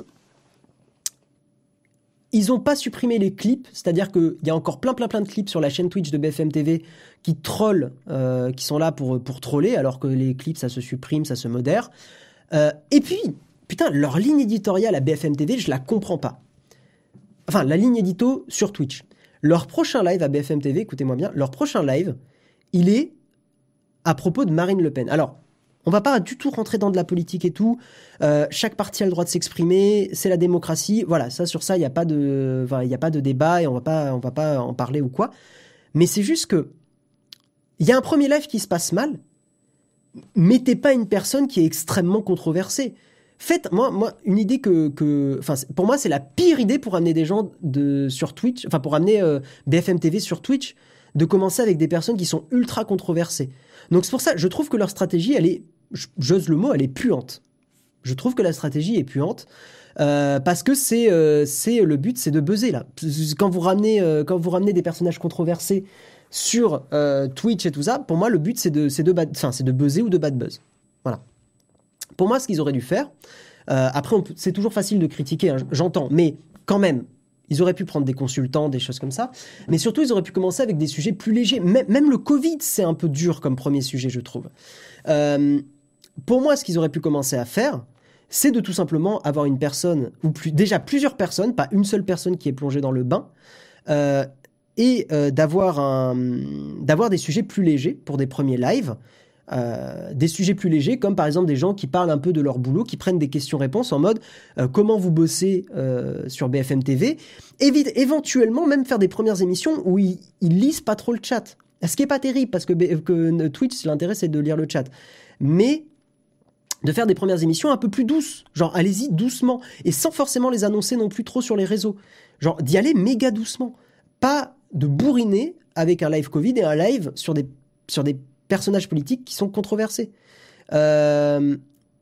Ils n'ont pas supprimé les clips, c'est-à-dire qu'il y a encore plein, plein, plein de clips sur la chaîne Twitch de B F M T V qui trollent, euh, qui sont là pour, pour troller, alors que les clips, ça se supprime, ça se modère. Euh, et puis, putain, leur ligne éditoriale à B F M T V, je la comprends pas. Enfin, la ligne édito sur Twitch. Leur prochain live à B F M T V, écoutez-moi bien, leur prochain live, il est à propos de Marine Le Pen. Alors, on va pas du tout rentrer dans de la politique et tout. Euh, chaque parti a le droit de s'exprimer, c'est la démocratie. Voilà, ça sur ça, il y a pas de, enfin, il y a pas de débat et on va pas, on va pas en parler ou quoi. Mais c'est juste que il y a un premier live qui se passe mal. Mettez pas une personne qui est extrêmement controversée. Faites, moi, moi, une idée que, que, enfin, pour moi, c'est la pire idée pour amener des gens de, sur Twitch, enfin, pour amener euh, B F M T V sur Twitch, de commencer avec des personnes qui sont ultra controversées. Donc, c'est pour ça, je trouve que leur stratégie, elle est, j'ose le mot, elle est puante. Je trouve que la stratégie est puante. Euh, parce que c'est, euh, c'est le but, c'est de buzzer, là. Quand vous ramenez, euh, quand vous ramenez des personnages controversés sur euh, Twitch et tout ça, pour moi, le but, c'est de, c'est de, bad, enfin, c'est de buzzer ou de bad buzz. Voilà. Pour moi, ce qu'ils auraient dû faire, euh, après, on peut, c'est toujours facile de critiquer, hein, j'entends, mais quand même, ils auraient pu prendre des consultants, des choses comme ça, mais surtout, ils auraient pu commencer avec des sujets plus légers. Même, même le Covid, c'est un peu dur comme premier sujet, je trouve. Euh, pour moi, ce qu'ils auraient pu commencer à faire, c'est de tout simplement avoir une personne, ou plus, déjà plusieurs personnes, pas une seule personne qui est plongée dans le bain, euh, et euh, d'avoir, un, d'avoir des sujets plus légers pour des premiers lives. Euh, des sujets plus légers, comme par exemple des gens qui parlent un peu de leur boulot, qui prennent des questions-réponses en mode euh, comment vous bossez euh, sur B F M T V, évite éventuellement même faire des premières émissions où ils, ils lisent pas trop le chat. Ce qui est pas terrible parce que, que Twitch, l'intérêt c'est de lire le chat, mais de faire des premières émissions un peu plus douces, genre allez-y doucement et sans forcément les annoncer non plus trop sur les réseaux, genre d'y aller méga doucement, pas de bourriner avec un live Covid et un live sur des sur des personnages politiques qui sont controversés. Euh,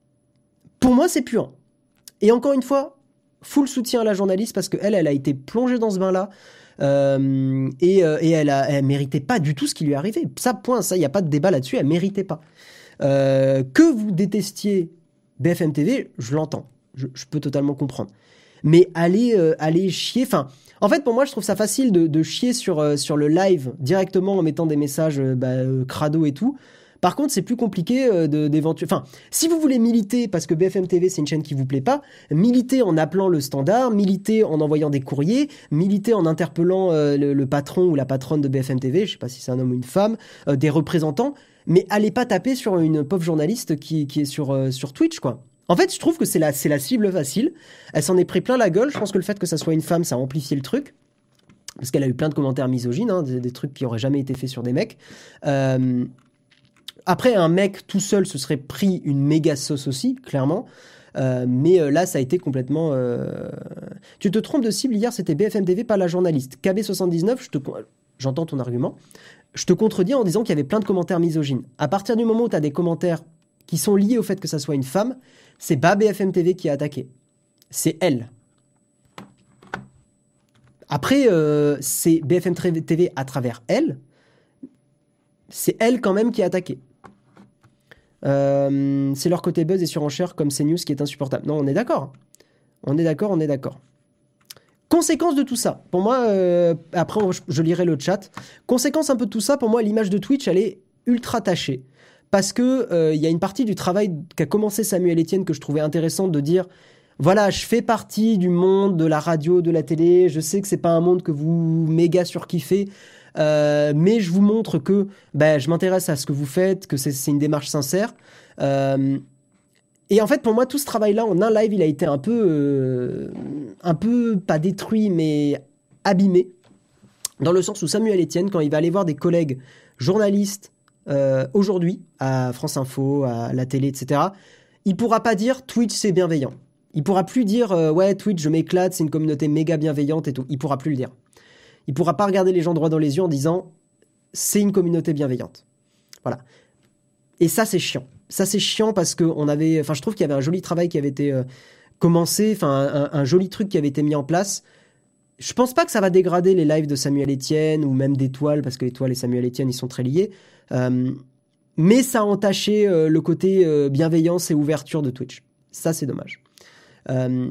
pour moi, c'est puant. Et encore une fois, full soutien à la journaliste parce qu'elle, elle a été plongée dans ce bain-là euh, et, euh, et elle, a, elle méritait pas du tout ce qui lui est arrivé. Ça, point, ça, il n'y a pas de débat là-dessus, elle méritait pas. Euh, que vous détestiez B F M T V, je l'entends. Je, je peux totalement comprendre. Mais allez, euh, allez chier, enfin... En fait, pour moi, je trouve ça facile de, de chier sur, euh, sur le live directement en mettant des messages euh, bah, euh, crado et tout. Par contre, c'est plus compliqué euh, de, d'éventuellement... Enfin, si vous voulez militer, parce que B F M T V, c'est une chaîne qui vous plaît pas, militez en appelant le standard, militez en envoyant des courriers, militez en interpellant euh, le, le patron ou la patronne de B F M T V, je sais pas si c'est un homme ou une femme, euh, des représentants, mais allez pas taper sur une pauvre journaliste qui, qui est sur, euh, sur Twitch, quoi. En fait, je trouve que c'est la, c'est la cible facile. Elle s'en est pris plein la gueule. Je pense que le fait que ça soit une femme, ça a amplifié le truc. Parce qu'elle a eu plein de commentaires misogynes, hein, des, des trucs qui auraient jamais été faits sur des mecs. Euh, après, un mec tout seul se serait pris une méga sauce aussi, clairement. Euh, mais euh, là, ça a été complètement... Euh... Tu te trompes de cible, hier, c'était B F M T V, pas la journaliste. K B soixante-dix-neuf, je te... j'entends ton argument. Je te contredis en disant qu'il y avait plein de commentaires misogynes. À partir du moment où tu as des commentaires qui sont liés au fait que ça soit une femme, c'est pas B F M T V qui a attaqué. C'est elle. Après, euh, c'est B F M T V à travers elle. C'est elle quand même qui a attaqué. Euh, c'est leur côté buzz et surenchère comme CNews qui est insupportable. Non, on est d'accord. On est d'accord, on est d'accord. Conséquence de tout ça. Pour moi, euh, après, je, je lirai le chat. Conséquence un peu de tout ça, pour moi, l'image de Twitch, elle est ultra tachée. Parce que il euh, y a une partie du travail qu'a commencé Samuel Etienne que je trouvais intéressant de dire voilà, je fais partie du monde de la radio, de la télé, je sais que c'est pas un monde que vous méga surkiffez, euh, mais je vous montre que ben, je m'intéresse à ce que vous faites, que c'est, c'est une démarche sincère. Euh, et en fait, pour moi, tout ce travail-là, en un live, il a été un peu, euh, un peu, pas détruit, mais abîmé, dans le sens où Samuel Etienne, quand il va aller voir des collègues journalistes, Euh, aujourd'hui, à France Info, à la télé, et cetera, il pourra pas dire Twitch c'est bienveillant. Il pourra plus dire euh, ouais Twitch je m'éclate, c'est une communauté méga bienveillante et tout. Il pourra plus le dire. Il pourra pas regarder les gens droit dans les yeux en disant c'est une communauté bienveillante. Voilà. Et ça c'est chiant. Ça c'est chiant parce que on avait, enfin je trouve qu'il y avait un joli travail qui avait été euh, commencé, enfin un, un joli truc qui avait été mis en place. Je pense pas que ça va dégrader les lives de Samuel Etienne ou même d'Étoile, parce que Étoile et Samuel Etienne, ils sont très liés. Euh, mais ça a entaché euh, le côté euh, bienveillance et ouverture de Twitch. Ça, c'est dommage. Euh,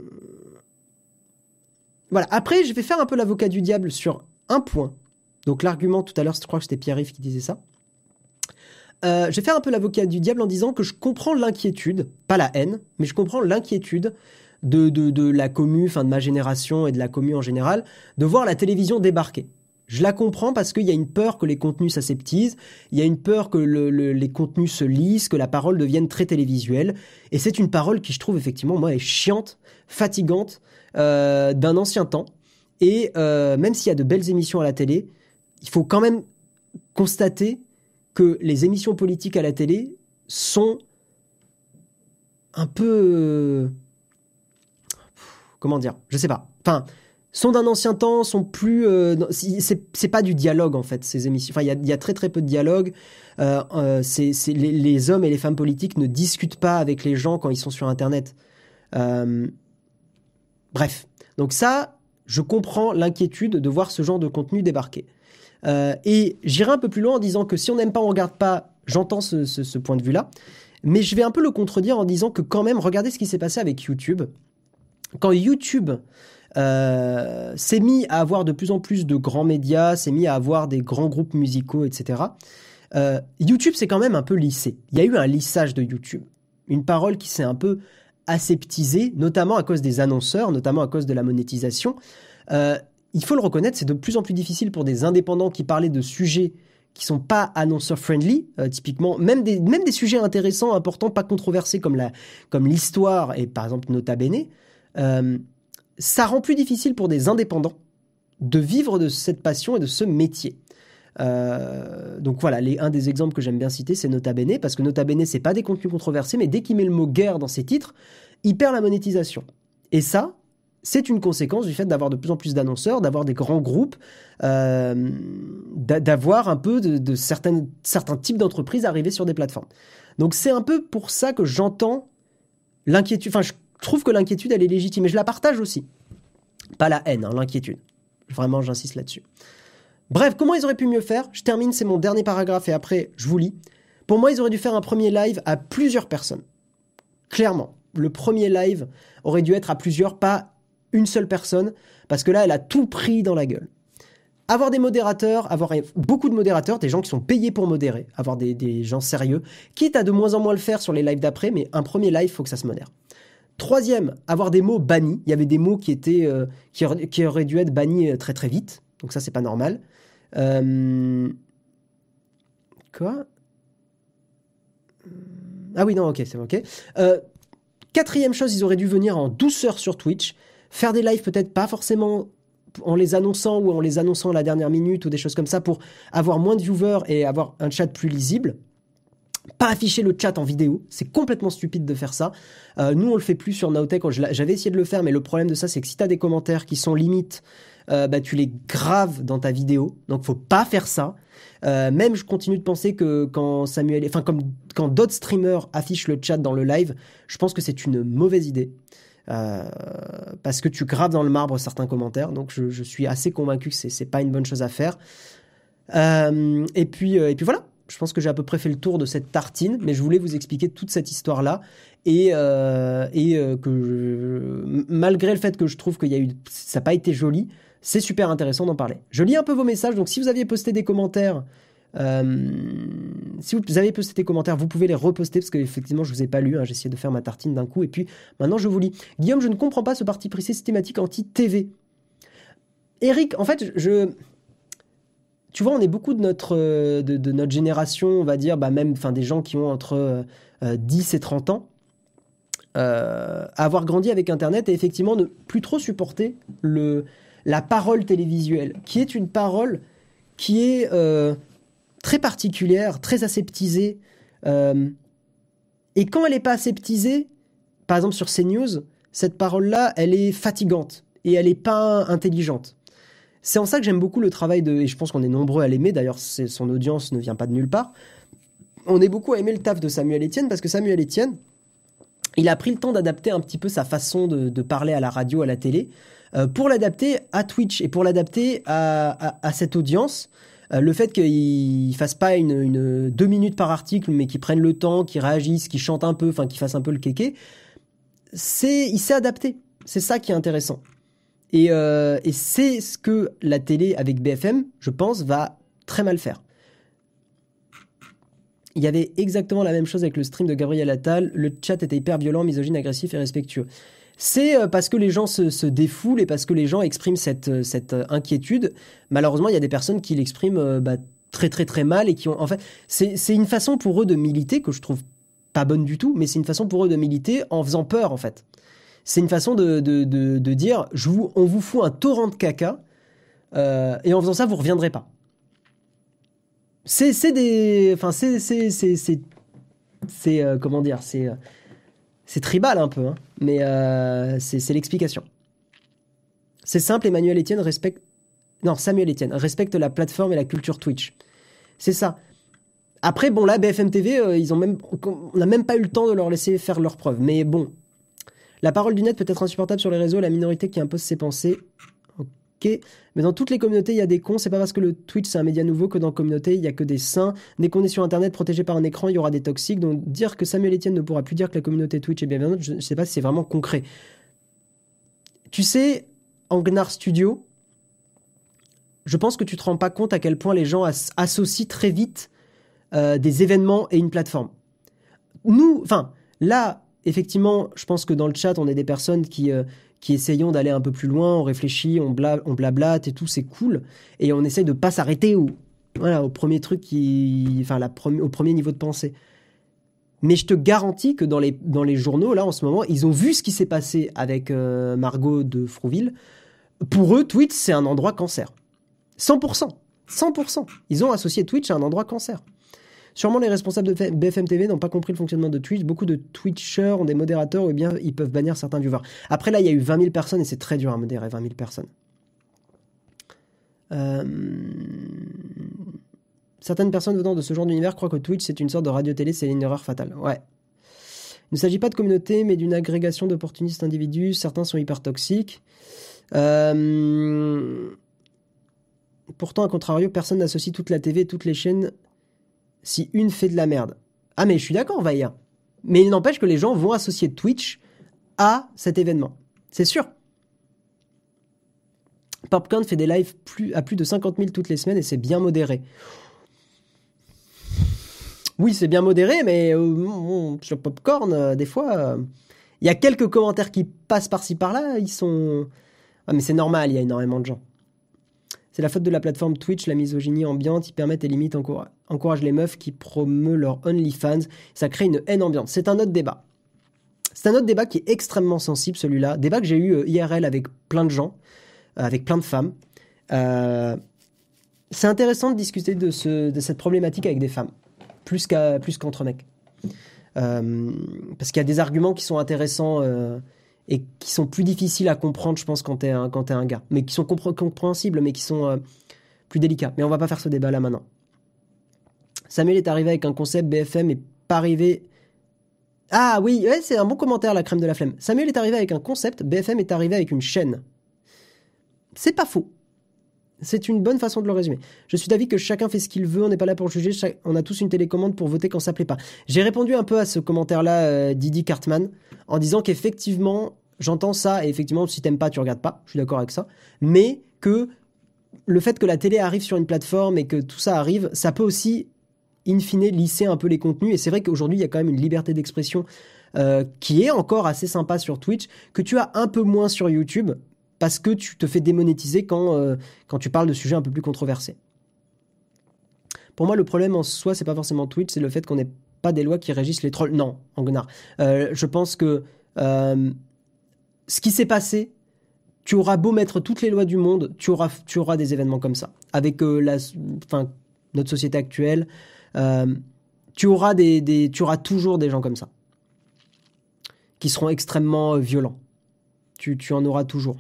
voilà. Après, je vais faire un peu l'avocat du diable sur un point. Donc, l'argument, tout à l'heure, je crois que c'était Pierre-Yves qui disait ça. Euh, je vais faire un peu l'avocat du diable en disant que je comprends l'inquiétude, pas la haine, mais je comprends l'inquiétude de, de, de la commu, enfin de ma génération et de la commu en général, de voir la télévision débarquer. Je la comprends parce qu'il y a une peur que les contenus s'aseptisent, il y a une peur que le, le, les contenus se lisent, que la parole devienne très télévisuelle. Et c'est une parole qui, je trouve, effectivement, moi, est chiante, fatigante, euh, d'un ancien temps. Et euh, même s'il y a de belles émissions à la télé, il faut quand même constater que les émissions politiques à la télé sont un peu... Comment dire? Je sais pas. Enfin, sont d'un ancien temps, sont plus... Euh, c'est, c'est pas du dialogue, en fait, ces émissions. Enfin, il y a, y a très très peu de dialogue. Euh, euh, c'est, c'est, les, les hommes et les femmes politiques ne discutent pas avec les gens quand ils sont sur Internet. Euh, bref. Donc ça, je comprends l'inquiétude de voir ce genre de contenu débarquer. Euh, et j'irai un peu plus loin en disant que si on n'aime pas, on regarde pas. J'entends ce, ce, ce point de vue-là. Mais je vais un peu le contredire en disant que quand même, regardez ce qui s'est passé avec YouTube. Quand YouTube euh, s'est mis à avoir de plus en plus de grands médias, s'est mis à avoir des grands groupes musicaux, et cetera, euh, YouTube s'est quand même un peu lissé. Il y a eu un lissage de YouTube. Une parole qui s'est un peu aseptisée, notamment à cause des annonceurs, notamment à cause de la monétisation. Euh, il faut le reconnaître, c'est de plus en plus difficile pour des indépendants qui parlaient de sujets qui sont pas annonceur-friendly, euh, typiquement, même des, même des sujets intéressants, importants, pas controversés comme, la, comme l'histoire et par exemple Nota Bene, euh, ça rend plus difficile pour des indépendants de vivre de cette passion et de ce métier. Euh, donc voilà, les, un des exemples que j'aime bien citer, c'est Nota Bene, parce que Nota Bene, c'est pas des contenus controversés, mais dès qu'il met le mot guerre dans ses titres, il perd la monétisation. Et ça, c'est une conséquence du fait d'avoir de plus en plus d'annonceurs, d'avoir des grands groupes, euh, d'avoir un peu de, de certaines, certains types d'entreprises arriver sur des plateformes. Donc c'est un peu pour ça que j'entends l'inquiétude. Enfin, je trouve que l'inquiétude, elle est légitime. Et je la partage aussi. Pas la haine, hein, l'inquiétude. Vraiment, j'insiste là-dessus. Bref, comment ils auraient pu mieux faire? Je termine, c'est mon dernier paragraphe et après, je vous lis. Pour moi, ils auraient dû faire un premier live à plusieurs personnes. Clairement. Le premier live aurait dû être à plusieurs, pas une seule personne, parce que là, elle a tout pris dans la gueule. Avoir des modérateurs, avoir beaucoup de modérateurs, des gens qui sont payés pour modérer, avoir des, des gens sérieux, quitte à de moins en moins le faire sur les lives d'après, mais un premier live, il faut que ça se modère. Troisième, avoir des mots bannis. Il y avait des mots qui, étaient, euh, qui, auraient, qui auraient dû être bannis très très vite, donc ça, c'est pas normal. Euh... Quoi? Ah oui, non, ok, c'est ok. Euh, quatrième chose, ils auraient dû venir en douceur sur Twitch, faire des lives peut-être pas forcément en les annonçant ou en les annonçant à la dernière minute ou des choses comme ça pour avoir moins de viewers et avoir un chat plus lisible. Pas afficher le chat en vidéo, c'est complètement stupide de faire ça. Euh, nous, on le fait plus sur Nowtech. J'avais essayé de le faire, mais le problème de ça, c'est que si tu as des commentaires qui sont limites, euh, bah, tu les graves dans ta vidéo. Donc, faut pas faire ça. Euh, même, je continue de penser que quand Samuel, enfin, comme quand d'autres streamers affichent le chat dans le live, je pense que c'est une mauvaise idée. Euh, parce que tu graves dans le marbre certains commentaires. Donc, je, je suis assez convaincu que c'est, c'est pas une bonne chose à faire. Euh, et puis, euh, et puis voilà. Je pense que j'ai à peu près fait le tour de cette tartine, mais je voulais vous expliquer toute cette histoire-là et, euh, et euh, que je, malgré le fait que je trouve qu'il y a eu, ça n'a pas été joli, c'est super intéressant d'en parler. Je lis un peu vos messages, donc si vous aviez posté des commentaires, euh, si vous avez posté des commentaires, vous pouvez les reposter parce qu'effectivement je vous ai pas lu, hein, j'ai essayé de faire ma tartine d'un coup et puis maintenant je vous lis. Guillaume, je ne comprends pas ce parti pris systématique anti-T V. Eric, en fait, je... Tu vois, on est beaucoup de notre, de, de notre génération, on va dire, bah même des gens qui ont entre euh, dix et trente ans, euh, à avoir grandi avec Internet et effectivement ne plus trop supporter le, la parole télévisuelle, qui est une parole qui est euh, très particulière, très aseptisée. Euh, et quand elle n'est pas aseptisée, par exemple sur CNews, cette parole-là, elle est fatigante et elle n'est pas intelligente. C'est en ça que j'aime beaucoup le travail de... Et je pense qu'on est nombreux à l'aimer, d'ailleurs c'est, son audience ne vient pas de nulle part. On est beaucoup à aimer le taf de Samuel Etienne, parce que Samuel Etienne, il a pris le temps d'adapter un petit peu sa façon de, de parler à la radio, à la télé, euh, pour l'adapter à Twitch, et pour l'adapter à, à, à cette audience. Euh, le fait qu'il ne fasse pas une, une deux minutes par article, mais qu'il prenne le temps, qu'il réagisse, qu'il chante un peu, enfin qu'il fasse un peu le kéké, c'est, il s'est adapté. C'est ça qui est intéressant. Et, euh, et c'est ce que la télé avec B F M, je pense, va très mal faire. Il y avait exactement la même chose avec le stream de Gabriel Attal. Le chat était hyper violent, misogyne, agressif et respectueux. C'est parce que les gens se, se défoulent et parce que les gens expriment cette, cette inquiétude. Malheureusement, il y a des personnes qui l'expriment bah, très très très mal et qui ont... En fait, c'est, c'est une façon pour eux de militer que je trouve pas bonne du tout, mais c'est une façon pour eux de militer en faisant peur, en fait. C'est une façon de, de, de, de dire je vous, on vous fout un torrent de caca euh, et en faisant ça, vous ne reviendrez pas. C'est, c'est des. Enfin, c'est. c'est, c'est, c'est, c'est euh, comment dire c'est, C'est tribal un peu, hein, mais euh, c'est, c'est l'explication. C'est simple, Emmanuel Etienne respecte... Non, Samuel Etienne respecte la plateforme et la culture Twitch. C'est ça. Après, bon, là, B F M T V, euh, ils ont même... on n'a même pas eu le temps de leur laisser faire leurs preuves. Mais bon, la parole du net peut être insupportable sur les réseaux, la minorité qui impose ses pensées... Ok, mais dans toutes les communautés, il y a des cons. C'est pas parce que le Twitch, c'est un média nouveau que dans la communauté, il y a que des saints. Dès qu'on est sur Internet, protégé par un écran, il y aura des toxiques. Donc dire que Samuel Etienne ne pourra plus dire que la communauté Twitch est bienveillante, je ne sais pas si c'est vraiment concret. Tu sais, Angnar Studio, je pense que tu te rends pas compte à quel point les gens as- associent très vite euh, des événements et une plateforme. Nous, enfin, là, effectivement, je pense que dans le chat, on est des personnes qui... Euh, qui essayons d'aller un peu plus loin, on réfléchit, on, bla, on blablate et tout, c'est cool. Et on essaye de pas s'arrêter au, voilà, au premier truc qui... Enfin, la pre- au premier niveau de pensée. Mais je te garantis que dans les, dans les journaux, là, en ce moment, ils ont vu ce qui s'est passé avec euh, Margot de Frouville. Pour eux, Twitch, c'est un endroit cancer. cent pour cent. cent pour cent. Ils ont associé Twitch à un endroit cancer. Sûrement les responsables de B F M T V n'ont pas compris le fonctionnement de Twitch. Beaucoup de Twitchers ont des modérateurs ou bien ils peuvent bannir certains viewers. Après là, il y a eu vingt mille personnes et c'est très dur à modérer vingt mille personnes. Euh... Certaines personnes venant de ce genre d'univers croient que Twitch c'est une sorte de radio-télé, c'est une erreur fatale. Ouais. Il ne s'agit pas de communauté mais d'une agrégation d'opportunistes individus. Certains sont hyper toxiques. Euh... Pourtant, à contrario, personne n'associe toute la T V et toutes les chaînes si une fait de la merde. Ah mais je suis d'accord, Vaïa. Mais il n'empêche que les gens vont associer Twitch à cet événement. C'est sûr. Popcorn fait des lives plus, à plus de cinquante mille toutes les semaines et c'est bien modéré. Oui, c'est bien modéré, mais euh, bon, sur Popcorn, euh, des fois, il euh, y a quelques commentaires qui passent par-ci par-là, ils sont... Ah mais c'est normal, il y a énormément de gens. C'est la faute de la plateforme Twitch, la misogynie ambiante, ils permettent et limitent, encouragent, encouragent les meufs qui promeuvent leur OnlyFans. Ça crée une haine ambiante. C'est un autre débat. C'est un autre débat qui est extrêmement sensible, celui-là. Débat que j'ai eu euh, I R L avec plein de gens, euh, avec plein de femmes. Euh, c'est intéressant de discuter de, ce, de cette problématique avec des femmes, plus, qu'à, plus qu'entre mecs. Euh, parce qu'il y a des arguments qui sont intéressants... Euh, et qui sont plus difficiles à comprendre, je pense, quand t'es un, quand t'es un gars. Mais qui sont compr- compréhensibles, mais qui sont euh, plus délicats. Mais on va pas faire ce débat-là maintenant. Samuel est arrivé avec un concept, B F M est pas arrivé... Ah oui, ouais, c'est un bon commentaire, la crème de la flemme. Samuel est arrivé avec un concept, B F M est arrivé avec une chaîne. C'est pas faux. C'est une bonne façon de le résumer. Je suis d'avis que chacun fait ce qu'il veut, on n'est pas là pour juger, chaque... on a tous une télécommande pour voter quand ça plaît pas. J'ai répondu un peu à ce commentaire-là, euh, Didi Cartman, en disant qu'effectivement, j'entends ça, et effectivement, si t'aimes pas, tu regardes pas, je suis d'accord avec ça, mais que le fait que la télé arrive sur une plateforme et que tout ça arrive, ça peut aussi, in fine, lisser un peu les contenus, et c'est vrai qu'aujourd'hui, il y a quand même une liberté d'expression euh, qui est encore assez sympa sur Twitch, que tu as un peu moins sur YouTube, parce que tu te fais démonétiser quand, euh, quand tu parles de sujets un peu plus controversés. Pour moi, le problème en soi, c'est pas forcément Twitch, c'est le fait qu'on n'ait pas des lois qui régissent les trolls. Non, Angonard. Euh, je pense que euh, ce qui s'est passé, tu auras beau mettre toutes les lois du monde, tu auras, tu auras des événements comme ça. Avec euh, la, enfin, notre société actuelle, euh, tu, auras des, des, tu auras toujours des gens comme ça, qui seront extrêmement euh, violents. Tu, tu en auras toujours.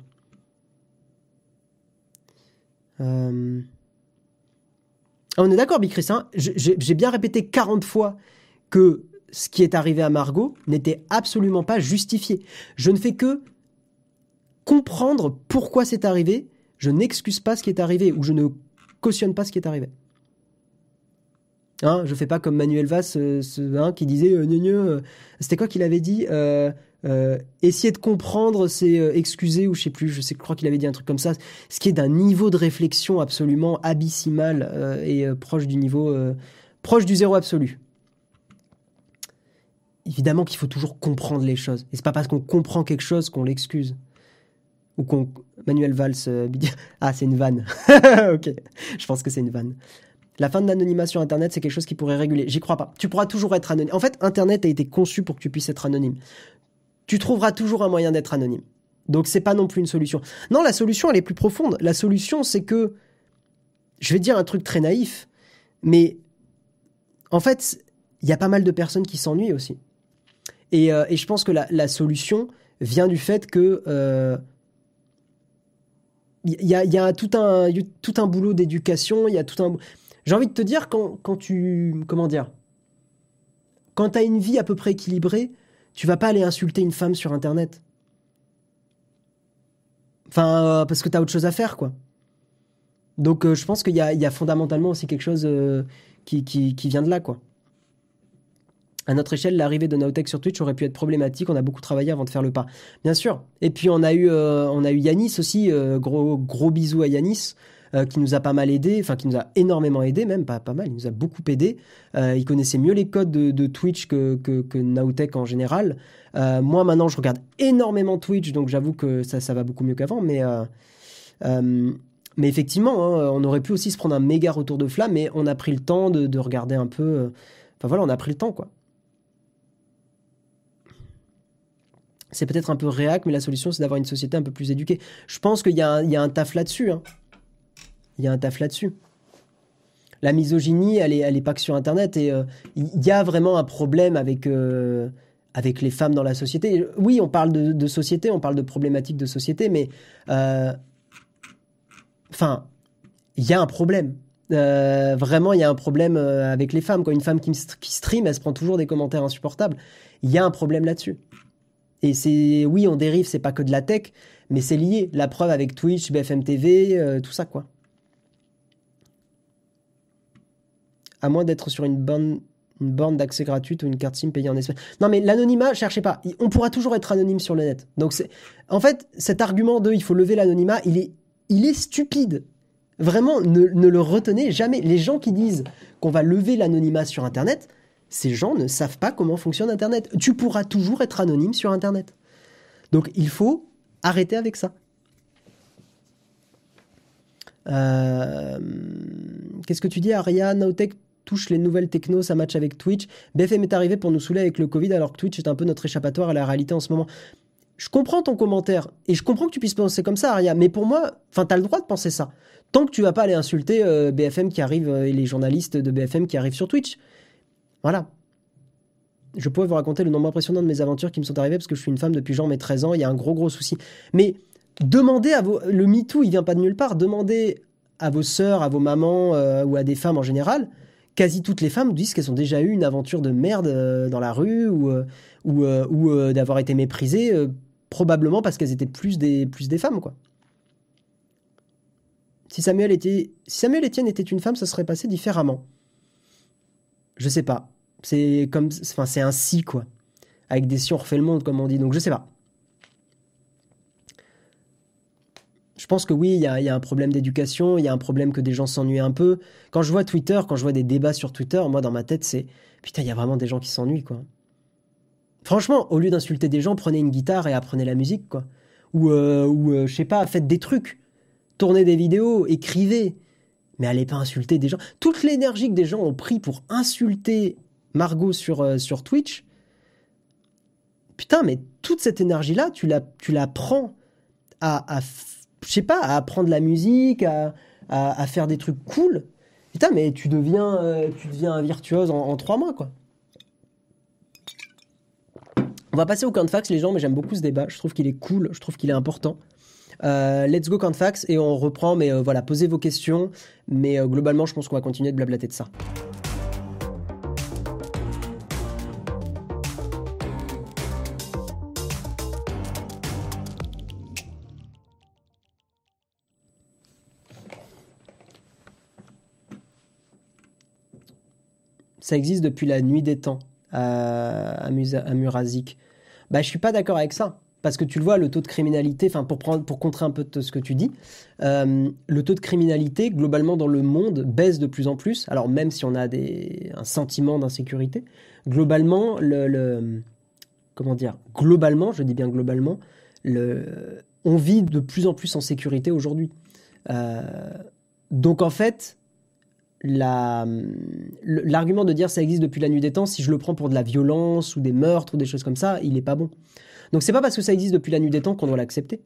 Euh... Ah, on est d'accord, Bicris, hein, j'ai, j'ai bien répété quarante fois que ce qui est arrivé à Margot n'était absolument pas justifié. Je ne fais que comprendre pourquoi c'est arrivé. Je n'excuse pas ce qui est arrivé ou je ne cautionne pas ce qui est arrivé. Hein, je fais pas comme Manuel Valls euh, ce, hein, qui disait euh, gneu, gneu, euh, c'était quoi qu'il avait dit euh, euh, essayer de comprendre, c'est euh, excuser ou je sais plus, je sais, je crois qu'il avait dit un truc comme ça, ce qui est d'un niveau de réflexion absolument abyssimal euh, et euh, proche du niveau, euh, proche du zéro absolu. Évidemment qu'il faut toujours comprendre les choses. Et c'est pas parce qu'on comprend quelque chose qu'on l'excuse. Ou qu'on... Manuel Valls... Euh, ah, c'est une vanne. Ok, je pense que c'est une vanne. La fin de l'anonymat sur Internet, c'est quelque chose qui pourrait réguler. J'y crois pas. Tu pourras toujours être anonyme. En fait, Internet a été conçu pour que tu puisses être anonyme. Tu trouveras toujours un moyen d'être anonyme. Donc, c'est pas non plus une solution. Non, la solution, elle est plus profonde. La solution, c'est que... Je vais te dire un truc très naïf, mais... En fait, il y a pas mal de personnes qui s'ennuient aussi. Et, euh, et je pense que la, la solution vient du fait que euh, il y a, il y a tout un, il y a tout un boulot d'éducation, il y a tout un... J'ai envie de te dire, quand, quand tu... Comment dire? Quand t'as une vie à peu près équilibrée, tu vas pas aller insulter une femme sur Internet. Enfin, euh, parce que t'as autre chose à faire, quoi. Donc, euh, je pense qu'il y a, il y a fondamentalement aussi quelque chose euh, qui, qui, qui vient de là, quoi. À notre échelle, l'arrivée de Nowtech sur Twitch aurait pu être problématique. On a beaucoup travaillé avant de faire le pas. Bien sûr. Et puis, on a eu, euh, on a eu Yanis aussi. Euh, gros, gros bisous à Yanis, euh, qui nous a pas mal aidé. Enfin, qui nous a énormément aidé, même. Pas, pas mal. Il nous a beaucoup aidé. Euh, il connaissait mieux les codes de, de Twitch que, que, que Nowtech en général. Euh, moi, maintenant, je regarde énormément Twitch. Donc, j'avoue que ça, ça va beaucoup mieux qu'avant. Mais, euh, euh, mais effectivement, hein, on aurait pu aussi se prendre un méga retour de flamme. Mais on a pris le temps de, de regarder un peu. Euh, enfin, voilà, on a pris le temps, quoi. C'est peut-être un peu réac, mais la solution, c'est d'avoir une société un peu plus éduquée. Je pense qu'il y a un, il y a un taf là-dessus. Hein. Il y a un taf là-dessus. La misogynie, elle est, elle est pas que sur Internet. Et euh, il y a vraiment un problème avec, euh, avec les femmes dans la société. Oui, on parle de, de société, on parle de problématiques de société, mais... euh, Enfin, il y a un problème. Euh, vraiment, il y a un problème euh, avec les femmes. Quand une femme qui, qui stream, elle se prend toujours des commentaires insupportables. Il y a un problème là-dessus. Et c'est, oui, on dérive, c'est pas que de la tech, mais c'est lié. La preuve avec Twitch, B F M T V, euh, tout ça, quoi. À moins d'être sur une borne, une borne d'accès gratuite ou une carte SIM payée en espèces. Non, mais l'anonymat, cherchez pas. On pourra toujours être anonyme sur le net. Donc, c'est, en fait, cet argument de il faut lever l'anonymat, il est, il est stupide. Vraiment, ne, ne le retenez jamais. Les gens qui disent qu'on va lever l'anonymat sur Internet, ces gens ne savent pas comment fonctionne Internet. Tu pourras toujours être anonyme sur Internet. Donc, il faut arrêter avec ça. Euh... Qu'est-ce que tu dis, Aria? Nowtech touche les nouvelles technos, ça match avec Twitch. B F M est arrivé pour nous saouler avec le Covid, alors que Twitch est un peu notre échappatoire à la réalité en ce moment. Je comprends ton commentaire, et je comprends que tu puisses penser comme ça, Aria, mais pour moi, enfin, t'as le droit de penser ça. Tant que tu vas pas aller insulter euh, B F M qui arrive, euh, et les journalistes de B F M qui arrivent sur Twitch. Voilà. Je pourrais vous raconter le nombre impressionnant de mes aventures qui me sont arrivées parce que je suis une femme depuis genre mes treize ans, il y a un gros gros souci. Mais demandez à vos... Le MeToo, il vient pas de nulle part. Demandez à vos sœurs, à vos mamans euh, ou à des femmes en général. Quasi toutes les femmes disent qu'elles ont déjà eu une aventure de merde euh, dans la rue ou, euh, ou, euh, ou euh, d'avoir été méprisées, euh, probablement parce qu'elles étaient plus des, plus des femmes, quoi. Si Samuel était... Si Samuel Etienne était une femme, ça serait passé différemment. Je sais pas. C'est comme, enfin, c'est un si, quoi. Avec des si, on refait le monde, comme on dit. Donc, je sais pas. Je pense que oui, il y a, y a un problème d'éducation. Il y a un problème que des gens s'ennuient un peu. Quand je vois Twitter, quand je vois des débats sur Twitter, moi, dans ma tête, c'est... Putain, il y a vraiment des gens qui s'ennuient, quoi. Franchement, au lieu d'insulter des gens, prenez une guitare et apprenez la musique, quoi. Ou, euh, ou euh, je sais pas, faites des trucs. Tournez des vidéos, écrivez. Mais allez pas insulter des gens. Toute l'énergie que des gens ont pris pour insulter Margot sur, euh, sur Twitch, putain, mais toute cette énergie-là, tu la, tu la prends à, à, je sais pas, à apprendre la musique, à, à, à faire des trucs cool. Putain, mais tu deviens, euh, tu deviens un virtuose en, en trois mois, quoi. On va passer au Counterfacts, les gens, mais j'aime beaucoup ce débat. Je trouve qu'il est cool, je trouve qu'il est important. Euh, let's go Counterfacts et on reprend, mais euh, voilà, posez vos questions. Mais euh, globalement, je pense qu'on va continuer de blablater de ça. Ça existe depuis la nuit des temps à, à, Musa, à Murazik. Bah, je suis pas d'accord avec ça. Parce que tu le vois, le taux de criminalité, enfin pour, prendre, pour contrer un peu de ce que tu dis, euh, le taux de criminalité, globalement dans le monde, baisse de plus en plus. Alors même si on a des, un sentiment d'insécurité, globalement, le, le, comment dire, globalement, je dis bien globalement, le, on vit de plus en plus en sécurité aujourd'hui. Euh, donc en fait, la, l'argument de dire ça existe depuis la nuit des temps, si je le prends pour de la violence ou des meurtres ou des choses comme ça, il n'est pas bon. Donc c'est pas parce que ça existe depuis la nuit des temps qu'on doit l'accepter.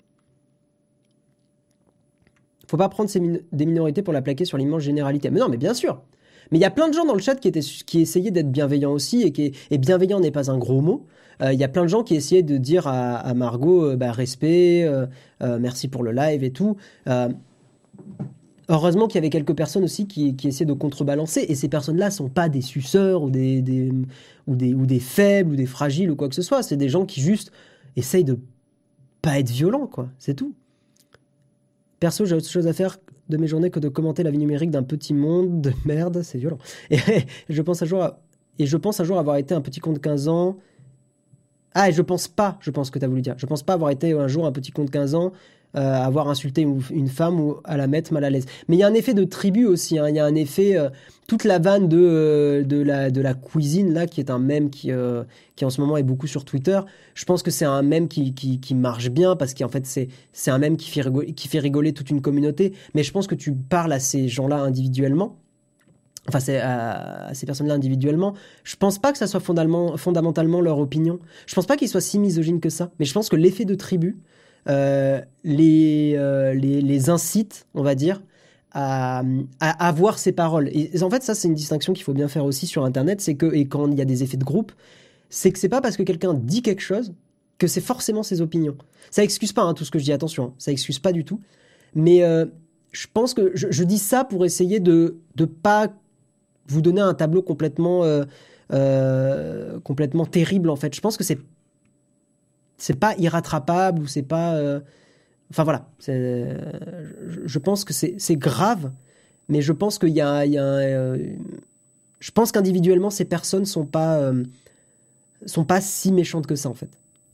Faut pas prendre ces min- des minorités pour la plaquer sur l'immense généralité. Mais non, mais bien sûr. Mais il y a plein de gens dans le chat qui, étaient, qui essayaient d'être bienveillants aussi, et, qui, et bienveillant n'est pas un gros mot. Il euh, y a plein de gens qui essayaient de dire à, à Margot, euh, bah, respect, euh, euh, merci pour le live et tout. Euh, heureusement qu'il y avait quelques personnes aussi qui, qui essayaient de contrebalancer, et ces personnes-là sont pas des suceurs ou des, des, ou, des, ou des faibles ou des fragiles ou quoi que ce soit. C'est des gens qui juste essayent de pas être violents, quoi. C'est tout. Perso, j'ai autre chose à faire de mes journées que de commenter la vie numérique d'un petit monde de merde, c'est violent. Et je pense un jour, à, et je pense un jour avoir été un petit con de quinze ans. Ah, et je pense pas, je pense que tu as voulu dire. Je pense pas avoir été un jour un petit con de quinze ans, euh, avoir insulté une, une femme ou à la mettre mal à l'aise. Mais il y a un effet de tribu aussi, hein. Il y a un effet, euh, toute la vanne de, euh, de, la, de la cuisine, là, qui est un mème qui, euh, qui en ce moment est beaucoup sur Twitter. Je pense que c'est un mème qui, qui, qui marche bien, parce qu'en fait, c'est, c'est un mème qui fait, rigoler, qui fait rigoler toute une communauté. Mais je pense que tu parles à ces gens-là individuellement. Enfin, c'est à, à ces personnes-là individuellement. Je pense pas que ça soit fondamentalement, fondamentalement leur opinion. Je pense pas qu'ils soient si misogynes que ça. Mais je pense que l'effet de tribu euh, les, euh, les, les incite, on va dire, à, à avoir ces paroles. Et en fait, ça, c'est une distinction qu'il faut bien faire aussi sur Internet. C'est que, et quand il y a des effets de groupe, c'est que c'est pas parce que quelqu'un dit quelque chose que c'est forcément ses opinions. Ça excuse pas, hein, tout ce que je dis, attention, hein, ça excuse pas du tout. Mais euh, je pense que je, je dis ça pour essayer de de pas vous donner un tableau complètement, euh, euh, complètement terrible, en fait. Je pense que c'est, c'est pas irrattrapable, ou c'est pas... Euh... Enfin, voilà. C'est, je, je pense que c'est, c'est grave, mais je pense qu'il y a, il y a un, euh... je pense qu'individuellement, ces personnes sont pas, euh, sont pas si méchantes que ça, en fait.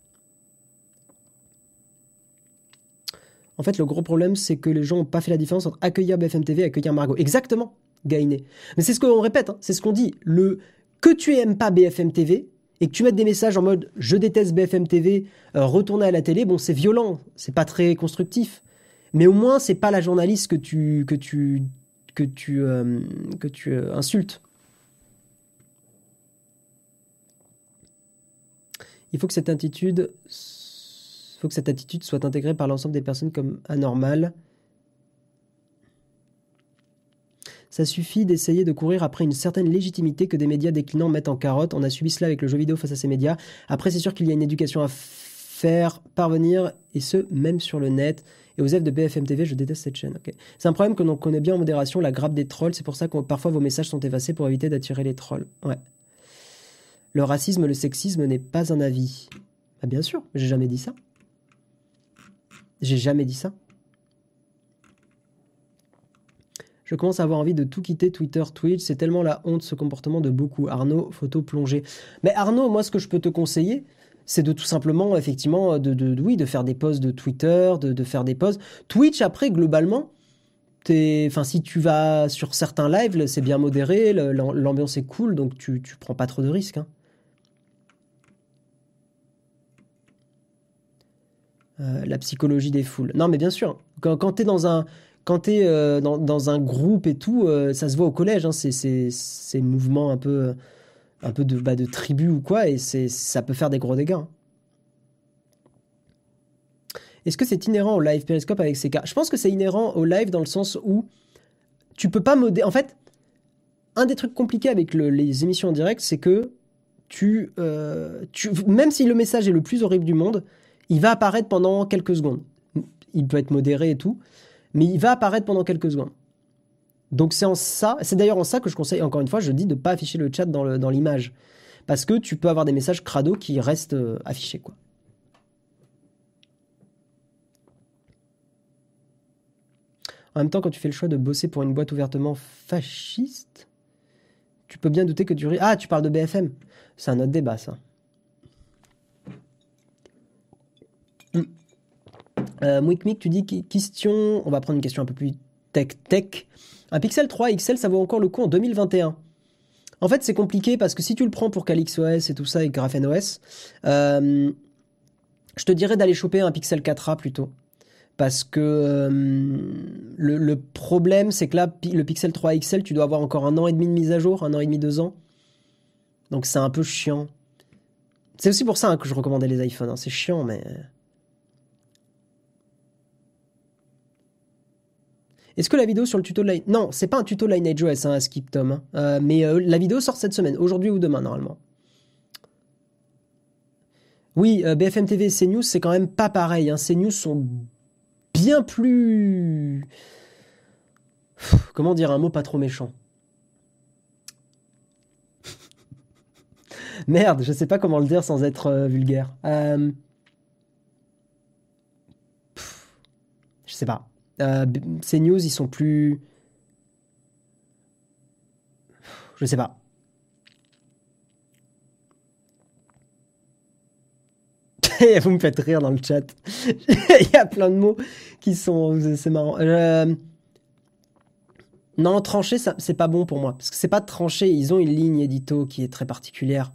En fait, le gros problème, c'est que les gens n'ont pas fait la différence entre accueillir B F M T V et accueillir Margot. Exactement, Gainé. Mais c'est ce qu'on répète, hein, c'est ce qu'on dit. Le, que tu aimes pas B F M T V et que tu mettes des messages en mode « je déteste B F M T V, euh, retournez à la télé », bon, c'est violent, c'est pas très constructif. Mais au moins, c'est pas la journaliste que tu, que tu, que tu, euh, que tu euh, insultes. Il faut que cette attitude... Il faut que cette attitude soit intégrée par l'ensemble des personnes comme anormale. Ça suffit d'essayer de courir après une certaine légitimité que des médias déclinants mettent en carotte. On a subi cela avec le jeu vidéo face à ces médias. Après, c'est sûr qu'il y a une éducation à faire parvenir, et ce, même sur le net. Et aux F de B F M T V, je déteste cette chaîne. Okay. C'est un problème que l'on connaît bien en modération, la grappe des trolls. C'est pour ça que parfois vos messages sont effacés pour éviter d'attirer les trolls. Ouais. Le racisme, le sexisme n'est pas un avis. Bah bien sûr, j'ai jamais dit ça. J'ai jamais dit ça. Je commence à avoir envie de tout quitter, Twitter, Twitch. C'est tellement la honte, ce comportement de beaucoup. Arnaud, photo plongée. Mais Arnaud, moi, ce que je peux te conseiller, c'est de tout simplement, effectivement, de, de, de, oui, de faire des posts de Twitter, de, de faire des posts. Twitch, après, globalement, t'es, enfin, si tu vas sur certains lives, c'est bien modéré, l'ambiance est cool, donc tu, tu prends pas trop de risques, hein. Euh, la psychologie des foules. Non, mais bien sûr, quand, quand t'es dans un, quand t'es euh, dans, dans un groupe et tout, euh, ça se voit au collège, hein, c'est, c'est, c'est mouvements un peu, un peu de, bah, de tribu ou quoi, et c'est, ça peut faire des gros dégâts, hein. Est-ce que c'est inhérent au live Periscope avec ces cas? Je pense que c'est inhérent au live dans le sens où tu peux pas modérer. En fait, un des trucs compliqués avec le, les émissions en direct, c'est que tu, euh, tu, même si le message est le plus horrible du monde, il va apparaître pendant quelques secondes. Il peut être modéré et tout, mais il va apparaître pendant quelques secondes. Donc c'est en ça, c'est d'ailleurs en ça que je conseille, encore une fois, je dis de ne pas afficher le chat dans, le, dans l'image. Parce que tu peux avoir des messages crado qui restent euh, affichés, quoi. En même temps, quand tu fais le choix de bosser pour une boîte ouvertement fasciste, tu peux bien douter que tu... Ah, tu parles de B F M. C'est un autre débat, ça. Euh, Mouik tu dis question, on va prendre une question un peu plus tech-tech. Un Pixel trois X L, ça vaut encore le coup en deux mille vingt et un. En fait, c'est compliqué parce que si tu le prends pour CalyxOS et tout ça et GrapheneOS, euh, je te dirais d'aller choper un Pixel quatre A plutôt. Parce que euh, le, le problème, c'est que là, le Pixel trois X L, tu dois avoir encore un an et demi de mise à jour, un an et demi, deux ans. Donc c'est un peu chiant. C'est aussi pour ça hein, que je recommandais les iPhones. Hein. C'est chiant, mais... Est-ce que la vidéo sur le tuto de Line... Non, c'est pas un tuto Lineage O S, hein, Skip Tom. Hein. Euh, mais euh, la vidéo sort cette semaine, aujourd'hui ou demain, normalement. Oui, euh, B F M T V et CNews, c'est quand même pas pareil. Hein. CNews sont bien plus... Comment dire un mot pas trop méchant? Merde, je sais pas comment le dire sans être euh, vulgaire. Euh... Je sais pas. Euh, CNews, ils sont plus... Je sais pas. Vous me faites rire dans le chat. Il y a plein de mots qui sont... C'est marrant. Euh... Non, trancher, ça, c'est pas bon pour moi. Parce que c'est pas trancher. Ils ont une ligne édito qui est très particulière.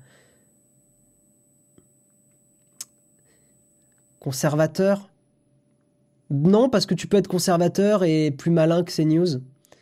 Conservateur? Non, parce que tu peux être conservateur et plus malin que CNews.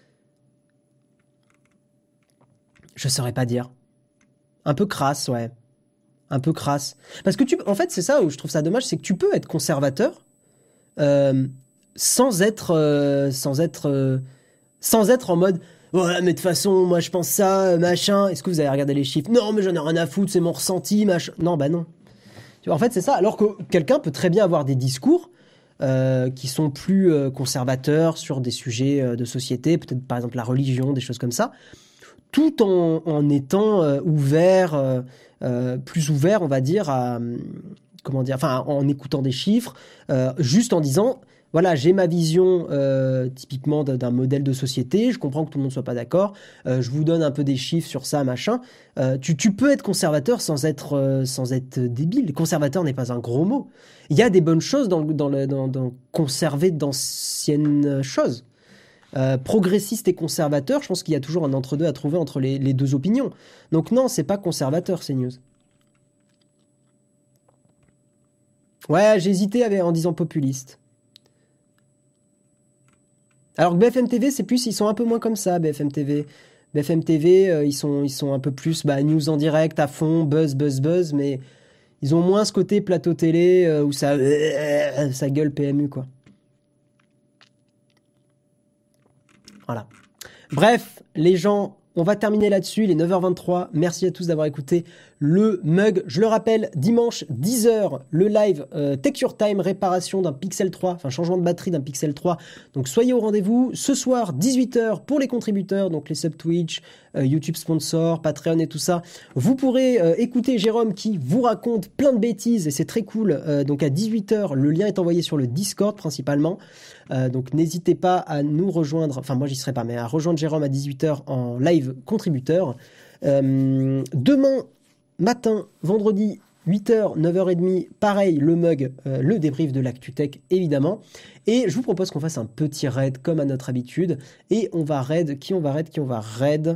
Je saurais pas dire. Un peu crasse, ouais. Un peu crasse. Parce que tu, en fait, c'est ça où je trouve ça dommage, c'est que tu peux être conservateur euh, sans être, euh, sans être, euh, sans être en mode, ouais, mais de toute façon, moi je pense ça, machin. Est-ce que vous avez regardé les chiffres? Non, mais j'en ai rien à foutre, c'est mon ressenti, machin. Non, bah non. Tu vois, en fait, c'est ça. Alors que quelqu'un peut très bien avoir des discours euh, qui sont plus euh, conservateurs sur des sujets euh, de société, peut-être par exemple la religion, des choses comme ça, tout en, en étant euh, ouvert, euh, euh, plus ouvert, on va dire, à, comment dire, enfin, en écoutant des chiffres, euh, juste en disant, voilà, j'ai ma vision euh, typiquement d'un modèle de société, je comprends que tout le monde soit pas d'accord, euh, je vous donne un peu des chiffres sur ça, machin. Euh, tu, tu peux être conservateur sans être, euh, sans être débile. Conservateur n'est pas un gros mot. Il y a des bonnes choses dans, dans, le, dans, dans conserver d'anciennes choses. Euh, progressiste et conservateur, je pense qu'il y a toujours un entre-deux à trouver entre les, les deux opinions. Donc non, c'est pas conservateur, CNews. Ouais, j'ai hésité avec, en disant populiste. Alors que B F M T V, c'est plus, ils sont un peu moins comme ça, B F M T V. B F M T V, euh, ils, sont, ils sont un peu plus bah, news en direct, à fond, buzz, buzz, buzz, mais ils ont moins ce côté plateau télé euh, où ça, euh, ça gueule P M U, quoi. Voilà. Bref, les gens, on va terminer là-dessus. Il est neuf heures vingt-trois. Merci à tous d'avoir écouté le mug. Je le rappelle, dimanche, dix heures, le live euh, Take Your Time, réparation d'un Pixel trois, enfin changement de batterie d'un Pixel trois. Donc soyez au rendez-vous. Ce soir, dix-huit heures, pour les contributeurs, donc les sub Twitch, euh, YouTube sponsor, Patreon et tout ça. Vous pourrez euh, écouter Jérôme qui vous raconte plein de bêtises et c'est très cool. Euh, donc à dix-huit heures, le lien est envoyé sur le Discord principalement. Euh, donc n'hésitez pas à nous rejoindre, enfin moi j'y serai pas, mais à rejoindre Jérôme à dix-huit heures en live contributeur. Euh, demain matin, vendredi, huit heures, neuf heures trente, pareil, le mug, euh, le débrief de l'ActuTech évidemment. Et je vous propose qu'on fasse un petit raid comme à notre habitude. Et on va raid, qui on va raid, qui on va raid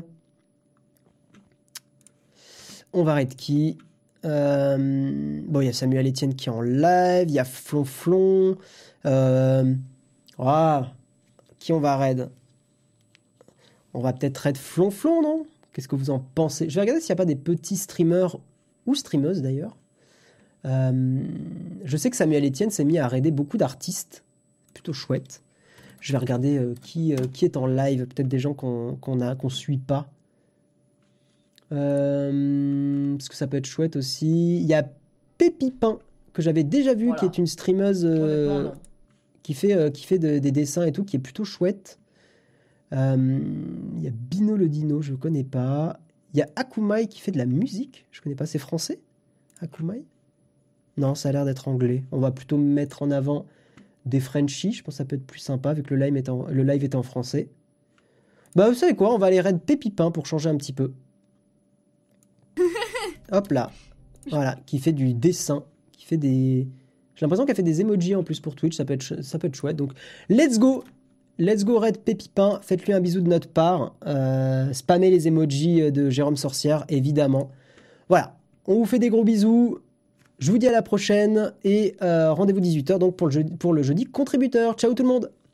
On va raid qui euh, Bon, il y a Samuel Etienne qui est en live, il y a Flonflon. Euh, Oh, qui on va raid? On va peut-être raid Flonflon, non? Qu'est-ce que vous en pensez? Je vais regarder s'il n'y a pas des petits streamers ou streameuses d'ailleurs. Euh, je sais que Samuel Etienne s'est mis à raider beaucoup d'artistes. Plutôt chouette. Je vais regarder euh, qui, euh, qui est en live. Peut-être des gens qu'on qu'on a, qu'on suit pas. Euh, parce que ça peut être chouette aussi. Il y a Pépipin, que j'avais déjà vu, voilà. Qui est une streameuse... Euh, qui fait, euh, qui fait de, des dessins et tout, qui est plutôt chouette. Il euh, y a Bino le Dino, je ne connais pas. Il y a Akumai qui fait de la musique, je ne connais pas, c'est français, Akumai? Non, ça a l'air d'être anglais. On va plutôt mettre en avant des Frenchies, je pense que ça peut être plus sympa, vu que le live est en, le live est en français. Bah, vous savez quoi, on va aller raid Pépipin pour changer un petit peu. Hop là, voilà, qui fait du dessin, qui fait des... J'ai l'impression qu'elle fait des emojis en plus pour Twitch, ça peut être, ça peut être chouette. Donc, let's go! Let's go raid Pépipin, faites-lui un bisou de notre part. Euh, spammez les emojis de Jérôme Sorcière, évidemment. Voilà, on vous fait des gros bisous. Je vous dis à la prochaine et euh, rendez-vous dix-huit heures donc pour le, jeudi, pour le jeudi contributeur. Ciao tout le monde!